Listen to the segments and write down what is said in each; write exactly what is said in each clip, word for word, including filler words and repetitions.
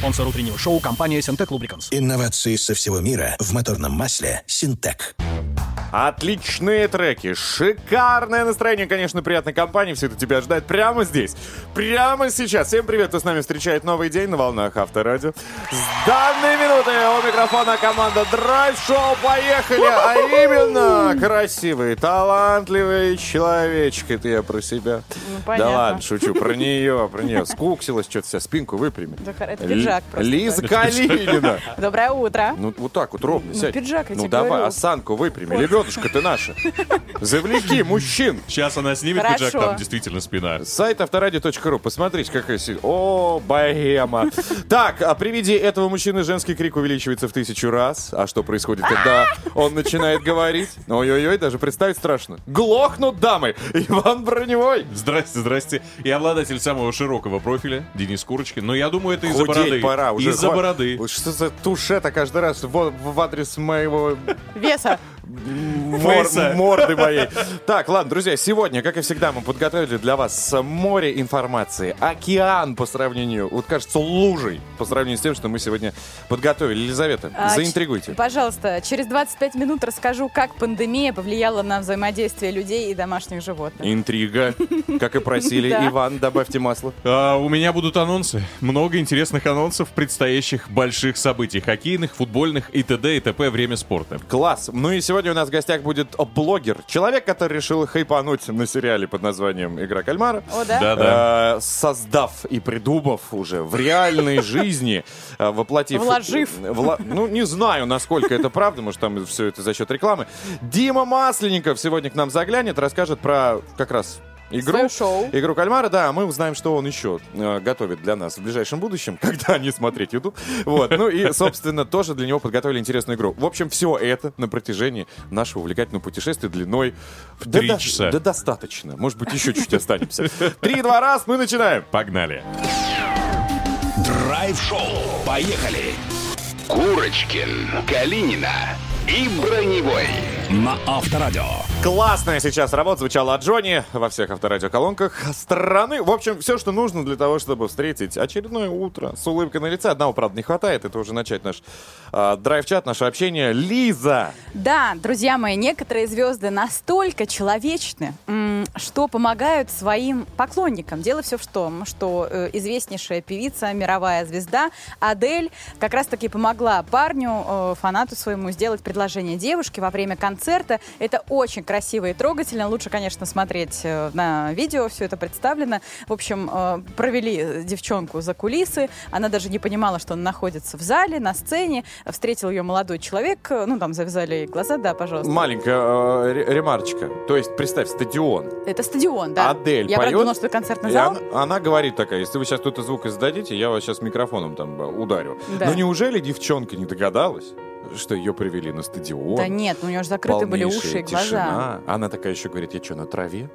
Спонсор утреннего шоу — компания Syntec Lubricants. Инновации со всего мира в моторном масле Syntec. Отличные треки, шикарное настроение, конечно, приятной компании. Все это тебя ждать прямо здесь, прямо сейчас. Всем привет, кто с нами встречает новый день на волнах Авторадио. С данной минуты у микрофона команда Drive Show. Поехали! А именно, красивый, талантливый человечек. Это я про себя. Ну, понятно. Да ладно, шучу, про нее, про нее. Скуксилась, что-то вся, спинку выпрями. Это пиджак просто. Лиза Калинина. Доброе утро. Ну, вот так вот ровно сядь. Пиджак, я Ну, тебе давай, говорю. осанку выпрями. Лебедушка ты наша. Завлеки мужчин. Сейчас она снимет Хорошо. пиджак, там действительно спина. Сайт авторадио точка ру. Посмотрите, какая сила. О, богема. Так, а при виде этого мужчины женский крик увеличивается в тысячу раз. А что происходит, когда он начинает говорить? Ой-ой-ой, даже представить страшно. Глохнут дамы. Иван Броневой. Здрасте, здрасте. И обладатель самого широкого профиля, Денис Курочкин. Но я думаю, это из-за Худеть бороды. пора уже. Из-за Хва- бороды. Вот что за тушета каждый раз в, в адрес моего... Веса. Мор- Фейса. морды моей. Так, ладно, друзья, сегодня, как и всегда, мы подготовили для вас море информации. Океан по сравнению, вот кажется, лужей по сравнению с тем, что мы сегодня подготовили. Елизавета, А, заинтригуйте. ч- Пожалуйста, через двадцать пять минут расскажу, как пандемия повлияла на взаимодействие людей и домашних животных. Интрига. Как и просили. Да. Иван, добавьте масло. А, у меня будут анонсы. Много интересных анонсов предстоящих больших событий. Хоккейных, футбольных и т.д. и т.п. Время спорта. Класс. Ну и сегодня у нас в гостях будет блогер. Человек, который решил хайпануть на сериале под названием «Игра кальмара». О, да? Да-да. Э, создав и придумав уже в реальной жизни, э, воплотив... Вложив. Вла- Ну, не знаю, насколько это правда, может, там все это за счет рекламы. Дима Масленников сегодня к нам заглянет, расскажет про как раз... Игру, Своё шоу. игру кальмара, да, мы узнаем, что он еще э, готовит для нас в ближайшем будущем, когда не смотреть YouTube. Вот, ну и, собственно, тоже для него подготовили интересную игру. В общем, все это на протяжении нашего увлекательного путешествия длиной в три да, часа. Да, достаточно. Может быть, еще чуть останемся. Три-два раз, мы начинаем. Погнали. Драйв-шоу. Поехали. Курочкин, Калинина и Броневой. На Авторадио. Классная сейчас работа звучала от Джонни во всех авторадиоколонках страны. В общем, все, что нужно для того, чтобы встретить очередное утро с улыбкой на лице. Одного, правда, не хватает. Это уже начать наш э, драйв-чат, наше общение. Лиза! Да, друзья мои, некоторые звезды настолько человечны, м, что помогают своим поклонникам. Дело все в том, что э, известнейшая певица, мировая звезда Адель как раз-таки помогла парню, э, фанату своему, сделать предложение девушке во время концерта. Это очень красиво и трогательно. Лучше, конечно, смотреть э, на видео, все это представлено. В общем, э, провели девчонку за кулисы. Она даже не понимала, что она находится в зале, на сцене. Встретил ее молодой человек. Ну, там завязали ей глаза, да, пожалуйста. Маленькая э, ре- ремарочка. То есть, представь, стадион. Это стадион, да. Адель Я, правда, поет, думала, что это концертный и зал. она, она говорит такая: если вы сейчас тут звук издадите, я вас сейчас микрофоном там э, ударю. Да. Но неужели девчонка не догадалась, что ее привели на стадион? Да нет, у нее же закрыты были уши Полнейшая и глаза. тишина. Она такая еще говорит: я что, на траве?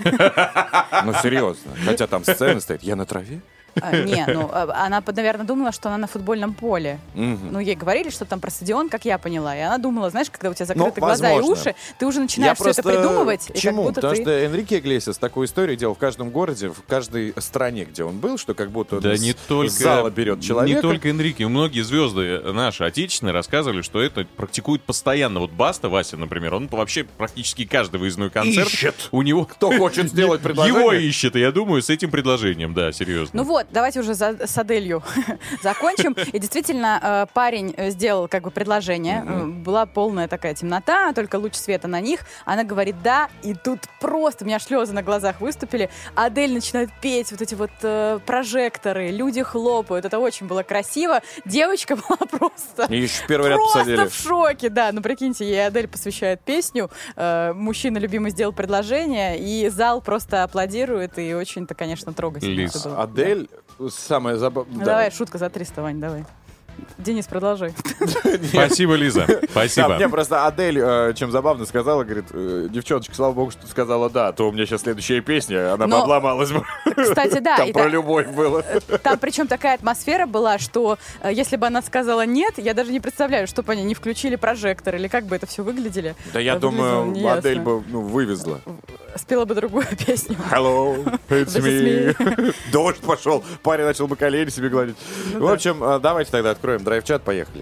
Ну, серьезно. Хотя там сцена стоит. Я на траве? А, не, ну, а, она, наверное, думала, что она на футбольном поле. Мгм. Ну, ей говорили, что там про стадион, как я поняла. И она думала, знаешь, когда у тебя закрыты Ну, глаза и возможно. уши, ты уже начинаешь все это придумывать. К И как чему? будто Потому ты... что Энрике Иглесиас такую историю делал в каждом городе, в каждой стране, где он был, что как будто он Да из не только, зала берет человека. не только Энрике. Многие звезды наши отечественные рассказывали, что это практикуют постоянно. Вот Баста, Вася, например, он вообще практически каждый выездной концерт. Ищет. У него... Кто хочет сделать предложение? Его ищет, и я думаю, с этим предложением, да, серьезно. Ну вот, давайте уже за, с Аделью закончим. И действительно, э, парень э, сделал как бы предложение. Э, Была полная такая темнота, только луч света на них. Она говорит «да», и тут просто у меня слезы на глазах выступили. Адель начинает петь, вот эти вот э, прожекторы, люди хлопают. Это очень было красиво. Девочка была просто... И еще в первый ряд Просто посадили. в шоке, да. Ну, прикиньте, ей Адель посвящает песню. Э, мужчина любимый сделал предложение, и зал просто аплодирует, и очень-то, конечно, трогательно. Лиз, это было. Адель, самое Ну, забавное... давай, шутка за триста, Вань, давай. Денис, продолжай. Спасибо, Лиза. Да, Спасибо. мне просто Адель, э, чем забавно сказала, говорит, э, девчоночка, слава богу, что ты сказала «да», а то у меня сейчас следующая песня, она бы Но- обломалась бы. Кстати, да. Там и про та- любовь было. Там причем такая атмосфера была, что э, если бы она сказала «нет», я даже не представляю, что бы они не включили прожектор, или как бы это все выглядело. Да я Выглядело думаю, неясно. Адель бы ну, вывезла. спела бы другую песню. Hello, it's This me. is Дождь пошел, парень начал бы колени себе гладить. Ну В да. общем, э, давайте тогда откроем драйв-чат, поехали.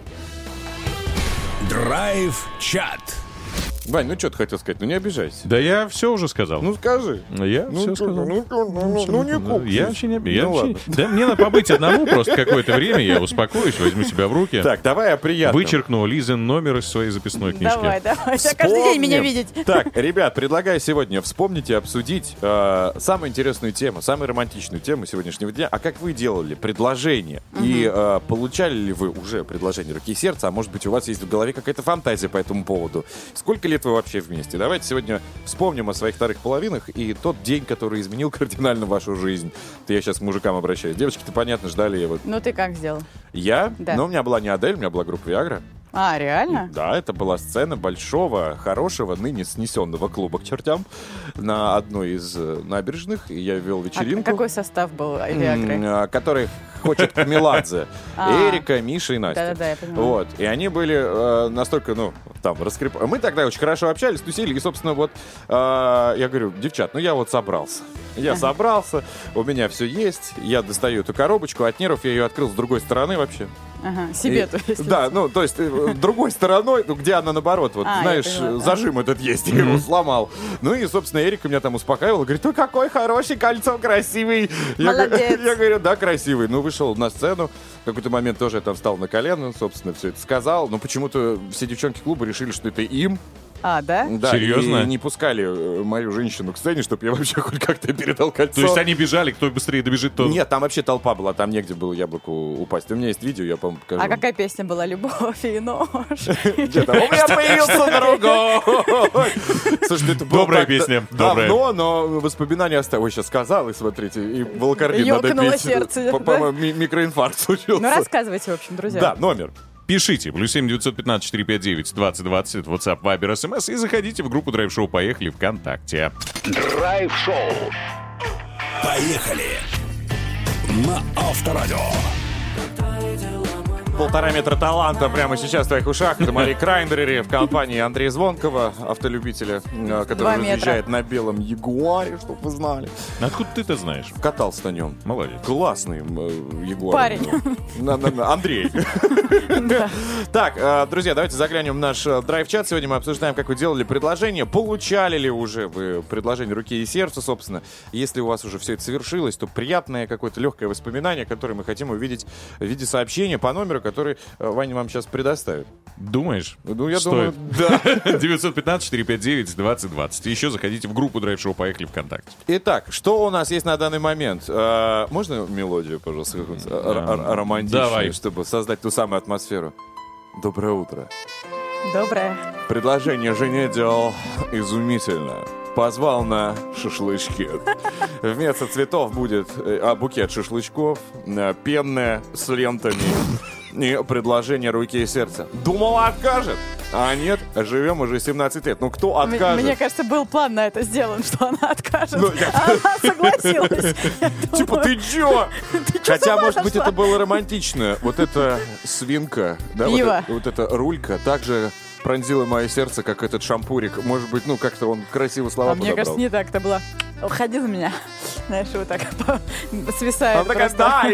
Драйв-чат. Вань, ну что ты хотел сказать? Ну не обижайся. Да я все уже сказал. Ну скажи. Я Ну, все ну, сказал. ну, ну, ну, ну, не кукнись. Я вообще не... Я Ну, вообще- ладно. Да мне надо побыть одному просто какое-то время, я успокоюсь, возьму себя в руки. Так, давай о приятном. Вычеркну Лизин номер из своей записной книжки. Давай, давай. Тебя каждый день меня Вспомним. видеть. Так, ребят, предлагаю сегодня вспомнить и обсудить э, самую интересную тему, самую романтичную тему сегодняшнего дня. А как вы делали предложение? И э, получали ли вы уже предложение руки и сердца? А может быть, у вас есть в голове какая-то фантазия по этому поводу? Сколько лет вы вообще вместе? Давайте сегодня вспомним о своих вторых половинах и тот день, который изменил кардинально вашу жизнь. Это я сейчас к мужикам обращаюсь. Девочки-то, понятно, ждали его. Ну ты как сделал? Я? Да. Но у меня была не Адель, у меня была группа Виагра. А, реально? Да, это была сцена большого, хорошего, ныне снесенного клуба к чертям на одной из э, набережных. И я вел А вечеринку, какой состав был м, Виагры? а, который хочет к Меладзе. А. Эрика, Миша и Настя. Да-да-да, я понимаю. Вот. И они были э, настолько, ну, там, раскреп... Мы тогда очень хорошо общались, тусили. И, собственно, вот э, я говорю, девчат, ну я вот собрался. Я Ага. собрался, у меня все есть. Я достаю эту коробочку. От нервов я ее открыл с другой стороны вообще. Ага, себе, И- то есть. Да, ну, то есть, э, другой стороной, ну, где она наоборот, вот, А, я знаешь, поняла. зажим этот есть, я его сломал. Ну, и, собственно, Эрика меня там успокаивала, говорит, ой, какой хороший, кольцо красивый. Я, г- Молодец. я говорю, да, красивый. Ну, вышел на сцену, в какой-то момент тоже я там встал на колено, собственно, все это сказал. Но почему-то все девчонки клуба решили, что это им. А, да? Да, Серьезно? И не пускали э, мою женщину к сцене, чтобы я вообще хоть как-то передал кольцо. То есть они бежали, кто быстрее добежит, то... Нет, там вообще толпа была, там негде было яблоку упасть. У меня есть видео, я, по-моему, покажу. А какая песня была? «Любовь и нож». Где-то, у меня появился другой. Слушай, это было Добрая так песня, добрая. давно, но воспоминания остались. Ой, сейчас сказал, и смотрите, и волокордин надо Ёкнуло пить. сердце, По- да? По-моему, ми- микроинфаркт случился. Ну, рассказывайте, в общем, друзья. Да, номер. Пишите, плюс семь девятьсот пятнадцать четыреста пятьдесят девять двадцать двадцать, WhatsApp, Viber, эс эм эс, и заходите в группу Драйв Шоу «Поехали» ВКонтакте. Драйв-шоу. Поехали. На Авторадио. Полтора метра таланта прямо сейчас в твоих ушах. Это Мари Краймбрери в компании Андрея Звонкова, автолюбителя, э, который Два метра. разъезжает на белом Ягуаре, чтобы вы знали. Откуда ты это знаешь? Катался на нем. Молодец. Классный э, Ягуар. Парень. На- на- на- Андрей. Так, э, друзья, давайте заглянем в наш э, драйв-чат. Сегодня мы обсуждаем, как вы делали предложение. Получали ли уже вы предложение руки и сердца, собственно. Если у вас уже все это совершилось, то приятное какое-то легкое воспоминание, которое мы хотим увидеть в виде сообщения по номеру, который э, Ваня вам сейчас предоставит. Думаешь? Ну, я Стоит. думаю, да. девятьсот пятнадцать четыреста пятьдесят девять двадцать двадцать. И еще заходите в группу Драйв Шоу «Поехали» ВКонтакте. Итак, что у нас есть на данный момент? Э, можно мелодию, пожалуйста, какую-нибудь р- р- романтичную, Давай. чтобы создать ту самую атмосферу? Доброе утро. Доброе. Предложение жене делал изумительно. Позвал на шашлычки. Вместо цветов будет э, а, букет шашлычков, э, пенное с лентами и предложение руки и сердца. Думал, откажет. А нет, живем уже семнадцать лет. Ну кто М- откажет? Мне кажется, был план на это сделан, что она откажет. Ну, я- Она согласилась. Я Типа, думаю, ты чё? ты чё, с Хотя, ума может быть, сошла? это было романтично. Вот эта свинка, да, вот, Пиво. э- вот эта рулька, также пронзила мое сердце, как этот шампурик. Может быть, ну, как-то он красиво слова А мне подобрал. кажется, не так это было. Уходи за меня. Знаешь, вот так свисает. Она такая, просто. да!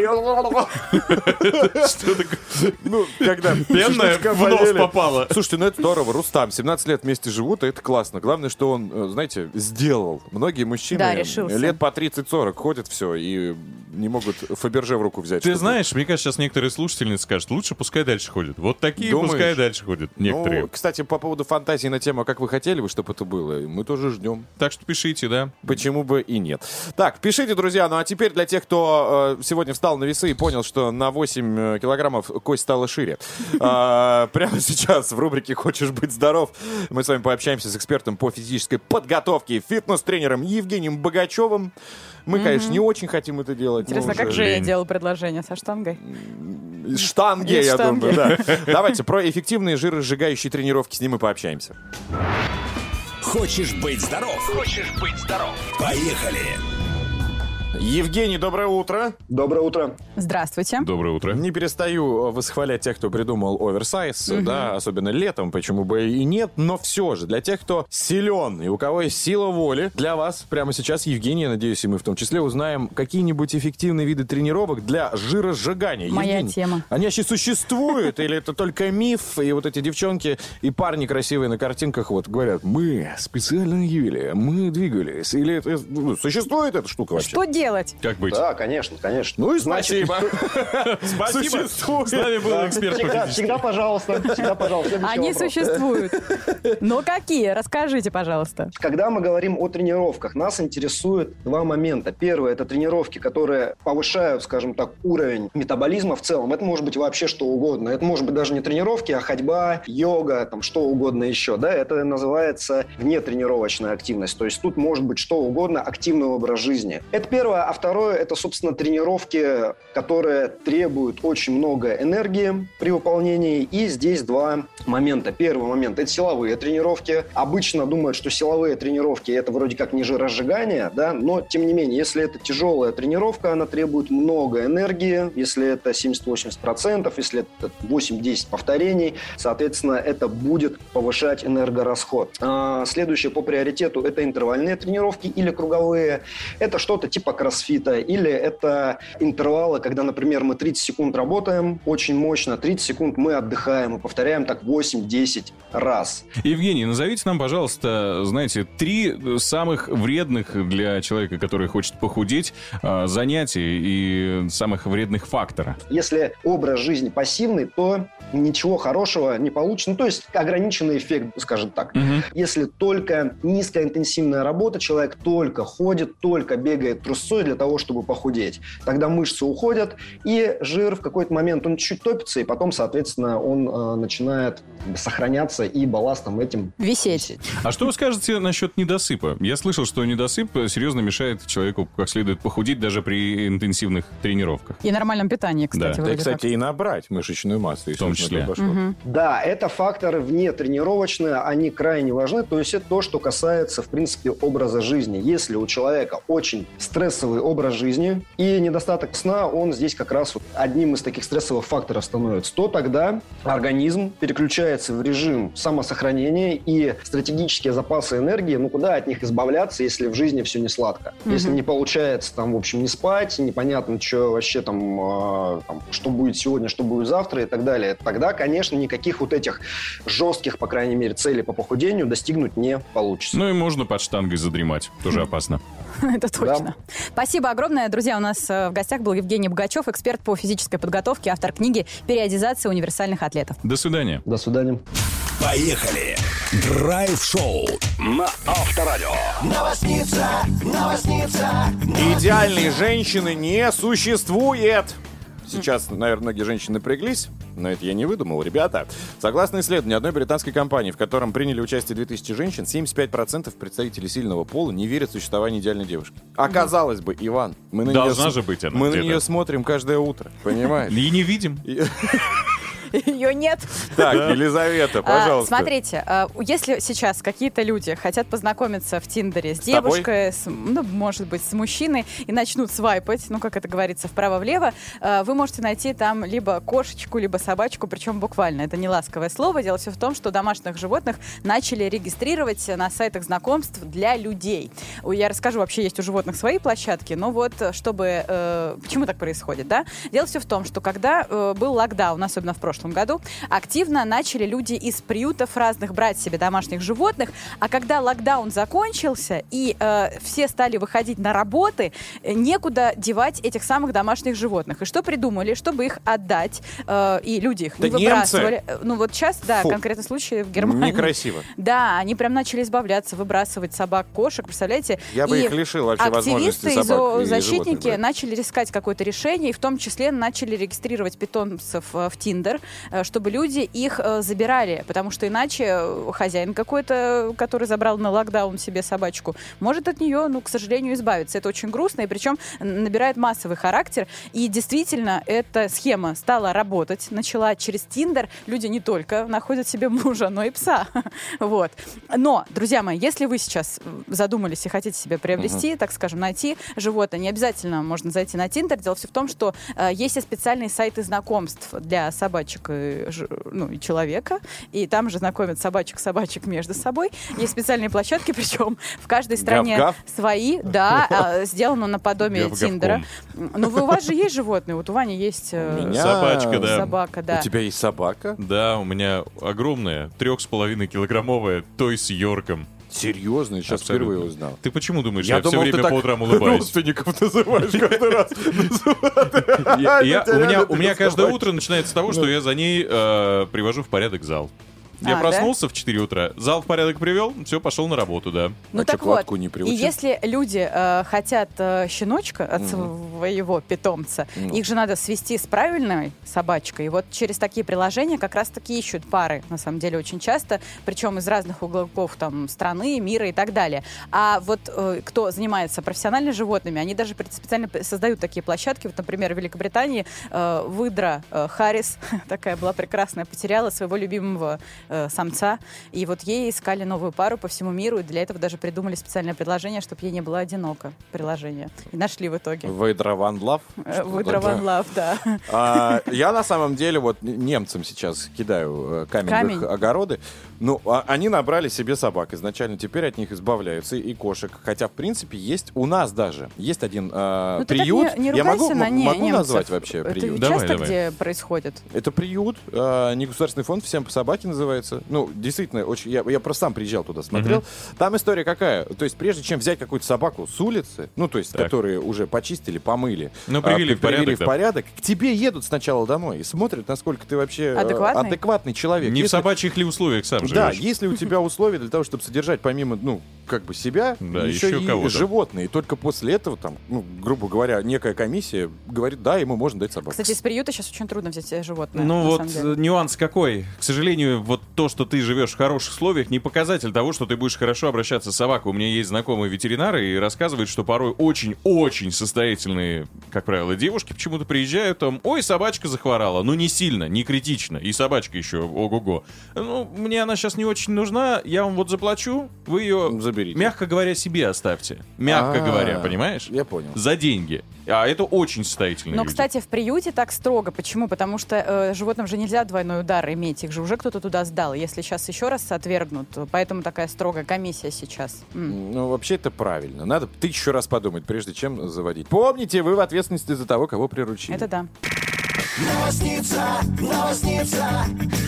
Ну, когда Пенная шашлычка в нос болели. попала. Слушайте, ну это здорово. Рустам, семнадцать лет вместе живут, и это классно. Главное, что он, э, знаете, сделал. Многие мужчины Да, решился. лет по тридцать-сорок ходят все и не могут Фаберже в руку взять. Ты чтобы- знаешь, мне кажется, сейчас некоторые слушательницы скажут, лучше пускай дальше ходят. Вот такие Думаешь? пускай дальше ходят некоторые. Ну, кстати, по поводу фантазии на тему, как вы хотели бы, чтобы это было, мы тоже ждем. Так что пишите, да. Почему бы и нет. Так, пишите, друзья. Ну а теперь для тех, кто э, сегодня встал на весы и понял, что на восемь э, килограммов кость стала шире. А, прямо сейчас в рубрике «Хочешь быть здоров» мы с вами пообщаемся с экспертом по физической подготовке, фитнес-тренером Евгением Богачевым. Мы, конечно, не очень хотим это делать. но Интересно, как уже же я лень. делал предложение со штангой? из штанги, Из я штанги. думаю, да. Давайте про эффективные жиросжигающие тренировки с ним и пообщаемся. Хочешь быть здоров? Хочешь быть здоров? Поехали. Евгений, доброе утро. Доброе утро. Здравствуйте. Доброе утро. Не перестаю восхвалять тех, кто придумал оверсайз, угу. да, особенно летом, почему бы и нет, но все же, для тех, кто силен и у кого есть сила воли, для вас прямо сейчас, Евгений, я надеюсь, и мы в том числе узнаем какие-нибудь эффективные виды тренировок для жиросжигания. Моя Евгений, тема. Они вообще существуют или это только миф, и вот эти девчонки и парни красивые на картинках вот говорят, мы специально явили, мы двигались, или это, ну, существует эта штука вообще? Что делать? Как быть? Да, конечно, конечно. Ну и Значит, спасибо. Спасибо. Существует. С нами был эксперт по Всегда, физической. всегда, пожалуйста, всегда, пожалуйста. Следующий Они вопрос. существуют. Но какие? Расскажите, пожалуйста. Когда мы говорим о тренировках, нас интересует два момента. Первое – это тренировки, которые повышают, скажем так, уровень метаболизма в целом. Это может быть вообще что угодно. Это может быть даже не тренировки, а ходьба, йога, там, что угодно еще. Да? Это называется внетренировочная активность. То есть тут может быть что угодно, активный образ жизни. Это первое. А второе – это, собственно, тренировки, которые требуют очень много энергии при выполнении. И здесь два момента. Первый момент – это силовые тренировки. Обычно думают, что силовые тренировки – это вроде как не жиросжигание, да, но, тем не менее, если это тяжелая тренировка, она требует много энергии. Если это семьдесят-восемьдесят процентов, если это восемь-десять повторений, соответственно, это будет повышать энергорасход. А, следующее по приоритету – это интервальные тренировки или круговые. Это что-то типа кроссфита, или это интервалы, когда, например, мы тридцать секунд работаем очень мощно, тридцать секунд мы отдыхаем и повторяем так восемь-десять раз. Евгений, назовите нам, пожалуйста, знаете, три самых вредных для человека, который хочет похудеть, занятий и самых вредных фактора. Если образ жизни пассивный, то ничего хорошего не получится. Ну, то есть ограниченный эффект, скажем так. Угу. Если только низкоинтенсивная работа, человек только ходит, только бегает трусцой для того, чтобы похудеть. Тогда мышцы уходят, и жир в какой-то момент, он чуть-чуть топится, и потом, соответственно, он э, начинает сохраняться и балластом этим Висеть. А что вы скажете насчет недосыпа? Я слышал, что недосып серьезно мешает человеку как следует похудеть даже при интенсивных тренировках. И нормальном питании, кстати. Да. Да, вроде кстати, и набрать мышечную массу, если В том уж на числе. то пошло. Мгм. Да, это факторы внетренировочные, они крайне важны. То есть это то, что касается, в принципе, образа жизни. Если у человека очень стрессовый образ жизни и недостаток сна, он здесь как раз вот одним из таких стрессовых факторов становится, то тогда организм переключается в режим самосохранения, и стратегические запасы энергии, ну куда от них избавляться, если в жизни все не сладко? Мгм. Если не получается там, в общем, не спать, непонятно, что вообще там, э, там, что будет сегодня, что будет завтра и так далее, тогда, конечно, никаких вот этих жестких, по крайней мере, целей по похудению достигнуть не получится. Ну и можно под штангой задремать. Тоже опасно. Это точно. Спасибо огромное. Друзья, у нас э, в гостях был Евгений Богачев, эксперт по физической подготовке, автор книги «Периодизация универсальных атлетов». До свидания. До свидания. Поехали! Драйв-шоу На Авторадио. Идеальной женщины не существует. Сейчас, наверное, многие женщины напряглись, но это я не выдумал, ребята. Согласно исследованию одной британской компании, в котором приняли участие две тысячи женщин, семьдесят пять процентов представителей сильного пола не верят в существование идеальной девушки. А казалось бы, Иван, мы на, Должна нее, же быть она мы на где-то. нее смотрим каждое утро, понимаешь? И не видим. И- Ее нет. Так, Елизавета, А, пожалуйста. смотрите, а, если сейчас какие-то люди хотят познакомиться в Тиндере с, С тобой? девушкой, с, ну, может быть, с мужчиной, и начнут свайпать, ну, как это говорится, вправо-влево, а, вы можете найти там либо кошечку, либо собачку, причем буквально. Это не ласковое слово. Дело все в том, что домашних животных начали регистрировать на сайтах знакомств для людей. Ой, Я расскажу, вообще есть у животных свои площадки, но вот чтобы... Э, почему так происходит, да? Дело все в том, что когда э, был локдаун, особенно в прошлом году, активно начали люди из приютов разных брать себе домашних животных, а когда локдаун закончился и э, все стали выходить на работы, э, некуда девать этих самых домашних животных. И что придумали? Чтобы их отдать, э, и люди их Да не немцы! выбрасывали. Э, Ну вот сейчас, да, Фу. конкретный случай в Германии. Некрасиво. Да, они прям начали избавляться, выбрасывать собак, кошек, представляете? Я бы И их лишил вообще возможности активисты и собак и зоозащитники животных брать. начали искать какое-то решение, и в том числе начали регистрировать питомцев э, в Тиндер. э, чтобы люди их э, забирали, потому что иначе хозяин какой-то, который забрал на локдаун себе собачку, может от нее, ну, к сожалению, избавиться. Это очень грустно, и причем набирает массовый характер. И действительно, эта схема стала работать, начала через Тиндер. Люди не только находят себе мужа, но и пса. Вот. Но, друзья мои, если вы сейчас задумались и хотите себе приобрести, uh-huh. так скажем, найти животное, не обязательно можно зайти на Тиндер. Дело все в том, что э, есть и специальные сайты знакомств для собачек и, ну, и человека, и там же знакомят собачек-собачек между собой. Есть специальные площадки, причем в каждой стране Гав-гав? свои, да, э, сделано наподобие Тиндера. Ну, вы, у вас же есть животные, вот у Вани есть э, меня... собачка, да. собака, да. У тебя есть собака? Да, у меня огромная, трех с половиной килограммовая той с Йорком. Серьезно? Я сейчас Абсолютно. впервые узнал. Ты почему думаешь, Я я, думал, все ты время так по утрам улыбаюсь? родственников называешь каждый раз. Я- я- У меня у меня Ты каждое собаки. утро начинается с того, что я за ней э, привожу в порядок зал. Я А, проснулся в четыре утра, зал в порядок привел, все, пошел на работу, да. Ну А так чё, вот, Кладку не и приучил? если люди э, хотят э, щеночка от своего питомца, Ну. их же надо свести с правильной собачкой. И вот через такие приложения как раз-таки ищут пары, на самом деле, очень часто, причем из разных уголков там, страны, мира и так далее. А вот э, кто занимается профессионально животными, они даже пред- специально создают такие площадки. Вот, например, в Великобритании э, выдра э, Харрис, такая была прекрасная, потеряла своего любимого э, самца. И вот ей искали новую пару по всему миру, и для этого даже придумали специальное приложение, чтобы ей не было одиноко. Приложение. И нашли в итоге. Выдра Ван Лав? Э, Выдра Ван Лав, да. А, я на самом деле вот немцам сейчас кидаю э, камень, Камень? в их огороды. Ну, а- они набрали себе собак изначально, теперь от них избавляются, и кошек. Хотя, в принципе, есть у нас даже. Есть один э, Ну, ты приют. так не, не я могу, ругайся на м- не- могу немцев. назвать вообще Это приют? Давай, часто давай. где происходит? Это приют, э, негосударственный фонд «Всем по собаке» называется. Ну, действительно, очень. Я, я просто сам приезжал туда, смотрел. Мгм. Там история какая? То есть, прежде чем взять какую-то собаку с улицы, ну, то есть, Так. которые уже почистили, помыли, Ну, а, привели при- в порядок, в да. порядок, к тебе едут сначала домой и смотрят, насколько ты вообще э, Адекватный? адекватный человек. Не в Если- собачьих ли условиях сам Да, живешь? если у тебя условия для того, чтобы содержать помимо, ну, как бы себя, Да, еще, еще и кого-то. животные. И только после этого, там, ну, грубо говоря, некая комиссия говорит, да, ему можно дать собаку. Кстати, из приюта сейчас очень трудно взять э, животное. Ну на вот самом деле. э, нюанс какой. К сожалению, вот то, что ты живешь в хороших условиях, не показатель того, что ты будешь хорошо обращаться с собакой. У меня есть знакомые ветеринары и рассказывают, что порой очень-очень состоятельные, как правило, девушки почему-то приезжают там, ой, собачка захворала. Ну не сильно, не критично. И собачка еще, ого-го. Ну, мне она сейчас не очень нужна, я вам вот заплачу, вы ее, Заберите. мягко говоря, себе оставьте. Мягко А, говоря, понимаешь? Я понял. За деньги. А это очень состоятельные Но, люди. кстати, в приюте так строго. Почему? Потому что э, животным же нельзя двойной удар иметь. Их же уже кто-то туда сдал. Если сейчас еще раз отвергнут, то поэтому такая строгая комиссия сейчас. М. Ну, вообще это правильно. Надо тысячу раз подумать, прежде чем заводить. Помните, вы в ответственности за того, кого приручили. Это да. Новосница, новосница.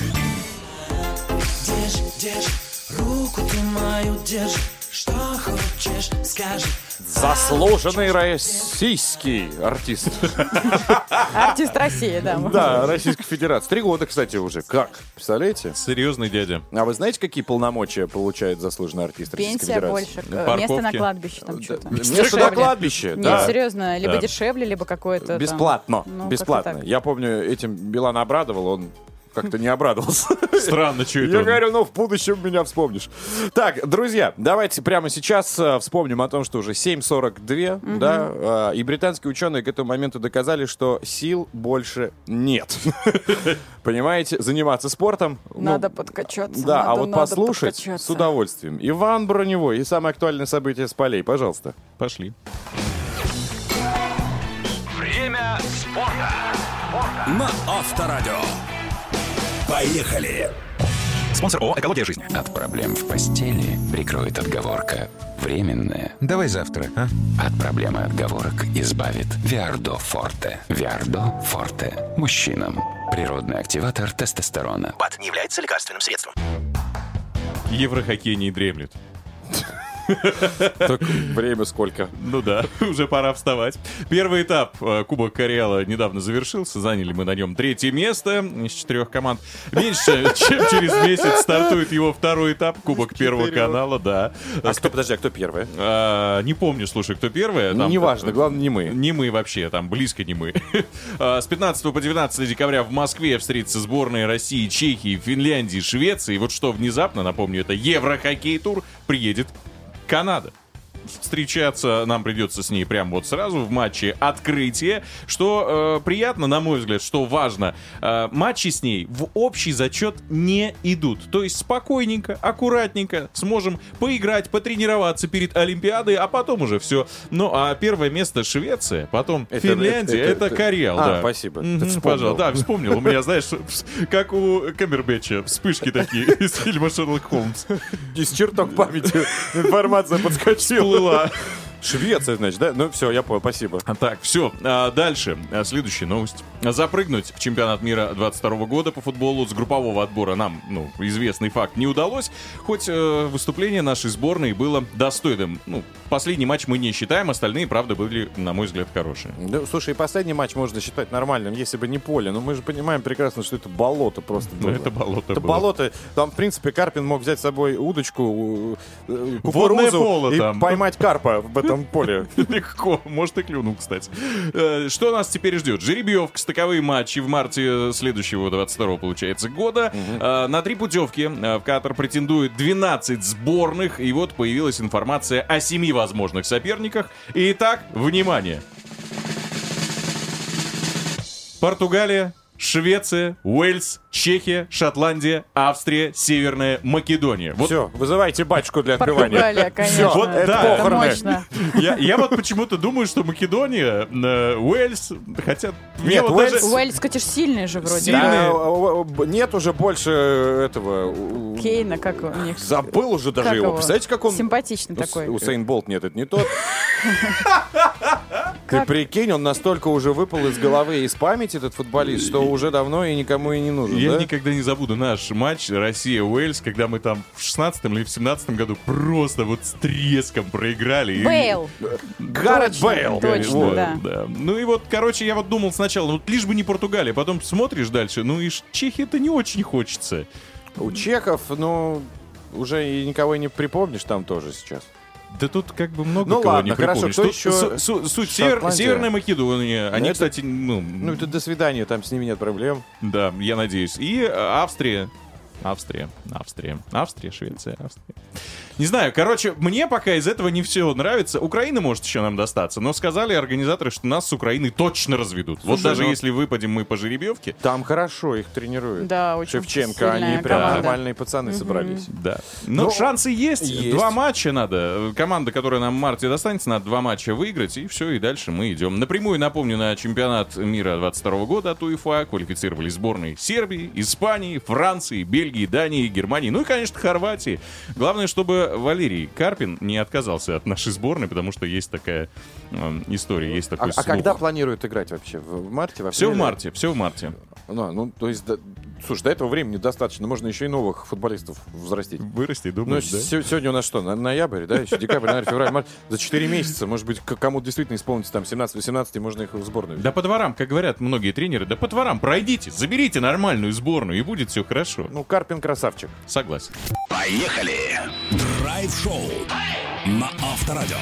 Держи, держи, руку ты мою держи. Что хочешь, скажи. Заслуженный российский артист. Артист России, да. Да, Российской Федерации. Три года, кстати, уже. Как? Представляете? Серьезный дядя. А вы знаете, какие полномочия получает заслуженный артист Российской Пенсия Федерации? больше. э, Парковки. Место на кладбище там что-то. Место на кладбище, Нет, да. серьезно, либо Да. дешевле, либо какое-то там- Бесплатно. Ну, Бесплатно. как-то так. Я помню, этим Билан обрадовал, он как-то не обрадовался. Странно, что это Я он? говорю, ну в будущем меня вспомнишь. Так, друзья, давайте прямо сейчас э, вспомним о том, что уже семь сорок два, да, э, и британские ученые к этому моменту доказали, что сил больше нет. Понимаете, заниматься спортом... ну, Надо подкачаться. Да, а надо- вот надо послушать подкачаться. с удовольствием. Иван Броневой и самое актуальное событие с полей, пожалуйста. Пошли. Время спорта. На Авторадио. Поехали. Спонсор ООО «Экология жизни». От проблем в постели прикроет отговорка временная. Давай завтра, а? От проблемы отговорок избавит Виардо Форте. Виардо Форте. Мужчинам. Природный активатор тестостерона. БАД не является лекарственным средством. Еврохоккей не дремлет. Так время сколько? Ну да, уже пора вставать. Первый этап э, Кубок Карьяла недавно завершился. Заняли мы на нем третье место из четырех команд. Меньше, чем через месяц стартует его второй этап Кубок Первого канала, да. А кто, подожди, а кто первый? А, не помню, слушай, кто первый. Там, Неважно, главное, не мы. Не мы вообще, там близко не мы. А, с пятнадцатого по девятнадцатое декабря в Москве встретятся сборные России, Чехии, Финляндии, Швеции. И вот что внезапно, напомню, это Еврохоккей-тур, приедет Канада. Встречаться нам придется с ней прямо вот сразу в матче открытия. Что э, приятно, на мой взгляд, что важно, э, матчи с ней в общий зачет не идут. То есть спокойненько, аккуратненько сможем поиграть, потренироваться перед Олимпиадой, а потом уже все. Ну, а первое место Швеция, потом Это- Финляндия, это- это, это- Карьял, А, да. спасибо. Ты Мгм, вспомнил. пожалуйста. Да, вспомнил. У меня, знаешь, как у Камбербэтча, вспышки такие из фильма «Шерлок Холмс». Из чертог памяти информация подскочила. Плыла. Швеция, значит, да? Ну все, я понял, спасибо. Так, все, дальше. А, Следующая новость. Запрыгнуть в чемпионат мира двадцать второго года по футболу с группового отбора нам, ну, известный факт, не удалось. Хоть э, выступление нашей сборной было достойным. Ну, последний матч мы не считаем, остальные, правда, были, на мой взгляд, хорошие. Ну, слушай, и последний матч можно считать нормальным, если бы не поле. Но мы же понимаем прекрасно, что это болото просто Ну, было. это болото Это было. болото. Там, в принципе, Карпин мог взять с собой удочку, э, Водное кукурузу поло и там. поймать карпа в этом поле. Легко, может и клюнул, кстати. Э, Что нас теперь ждет? Жеребьевка, стыковые матчи в марте следующего, двадцать второго, получается, года. Э, На три путевки э, в Катар претендует двенадцать сборных. И вот появилась информация о семи возможных соперниках. Итак, внимание. Португалия, Швеция, Уэльс, Чехия, Шотландия, Австрия, Северная Македония. Вот Все, вызывайте батюшку для открывания. Португалия, конечно. Вот это да. похороны. мощно. Я, я вот почему-то думаю, что Македония, э, Уэльс, хотя... мне Нет, вот Уэльс- даже- Уэльс, кстати, сильный же вроде. Сильный. Да, о- о- нет уже больше этого. у- Кейна, как у них. Забыл уже даже Как его. его? Представляете, как он... Симпатичный Ус- такой. Усейн Болт, нет, это не тот. Ты Как? прикинь, он настолько уже выпал из головы и из памяти, этот футболист, что уже давно и никому и не нужен, Я да? никогда не забуду наш матч Россия-Уэльс, когда мы там в шестнадцатом или в семнадцатом году просто вот с треском проиграли. И- Бейл. Гаррет Точно, Бейл. точно, Вот. да. Ну и вот, короче, я вот думал сначала, ну вот лишь бы не Португалия, потом смотришь дальше, ну и ж- Чехии-то не очень хочется. У чехов, ну, уже и никого и не припомнишь там тоже сейчас. Да тут как бы много Ну кого ладно, не хорошо, припомнишь. кто Тут еще? су- су- суть Север- Шотландия. Северная Македония. Они, это- кстати, ну, Ну, это до свидания, там с ними нет проблем. да, я надеюсь. И э, Австрия. Австрия, Австрия, Австрия, Швеция, Австрия. Не знаю, короче, мне пока из этого не все нравится. Украина может еще нам достаться, но сказали организаторы, что нас с Украиной точно разведут. вот Слушай, даже ну- если выпадем мы по жеребьевке, Там хорошо их тренируют. Да, очень Шевченко, они сильная прям команда. нормальные пацаны собрались. да. Но Ну, шансы есть. есть. Два матча надо. Команда, которая нам в марте достанется, надо два матча выиграть, и все, и дальше мы идем. Напрямую напомню, на чемпионат мира двадцать второго года от УЕФА квалифицировались сборные Сербии, Испании, Франции, Бельгии, Дании, Германии, ну и, конечно, Хорватии. Главное, чтобы Валерий Карпин не отказался от нашей сборной, потому что есть такая э, история, есть А, такой а слух. когда планируют играть вообще? В в марте? В Все в апреле? марте, все в марте. Ну, ну, то есть, да- слушай, до этого времени достаточно. Можно еще и новых футболистов взрастить. Вырасти, Ну, думаешь, да? се- сегодня у нас что, на- ноябрь, да? Еще декабрь, январь, февраль, март. За четыре месяца, может быть, к- кому действительно исполнится там семнадцать-восемнадцать, и можно их в сборную. Да по дворам, как говорят многие тренеры, да по дворам пройдите, заберите нормальную сборную, и будет все хорошо. Ну, Карпин красавчик. Согласен. Поехали! Драйв-шоу на Авторадио.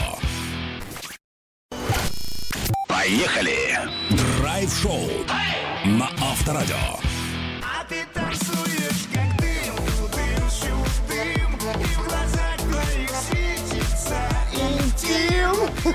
Поехали! Драйв-шоу на Авторадио. А ты танцуешь, как дым, дым, щуп, дым, и в глазах твоих светится интим.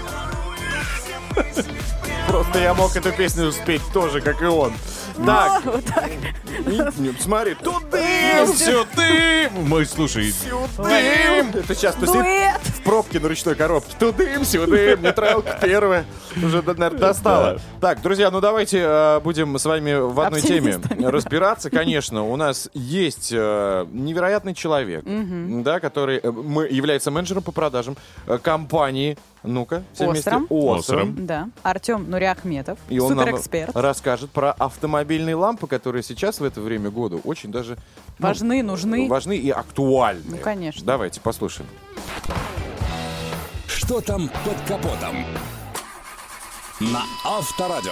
Просто я мог эту песню спеть тоже, как и он. Так, Вот так. и- смотри, тут дым, Все ты! Мой, слушай, дым. Это сейчас то есть Дуэт. в пробке на ручной коробке. Тудым, сюдым, нейтралка первая. Уже, наверное, достала. Так, друзья, ну давайте э, будем с вами в одной теме Оптимистами. разбираться. Конечно, у нас есть э, невероятный человек, да, который э, мы, является менеджером по продажам э, компании. Ну-ка, все вместе. Остром. Остром. Да. Артем Нуриахметов. И он нам Суперэксперт. расскажет про автомобильные лампы, которые сейчас в это время года очень даже ну, Важны, нужны. важны и актуальны. Ну, конечно. Давайте послушаем. Что там под капотом? На Авторадио.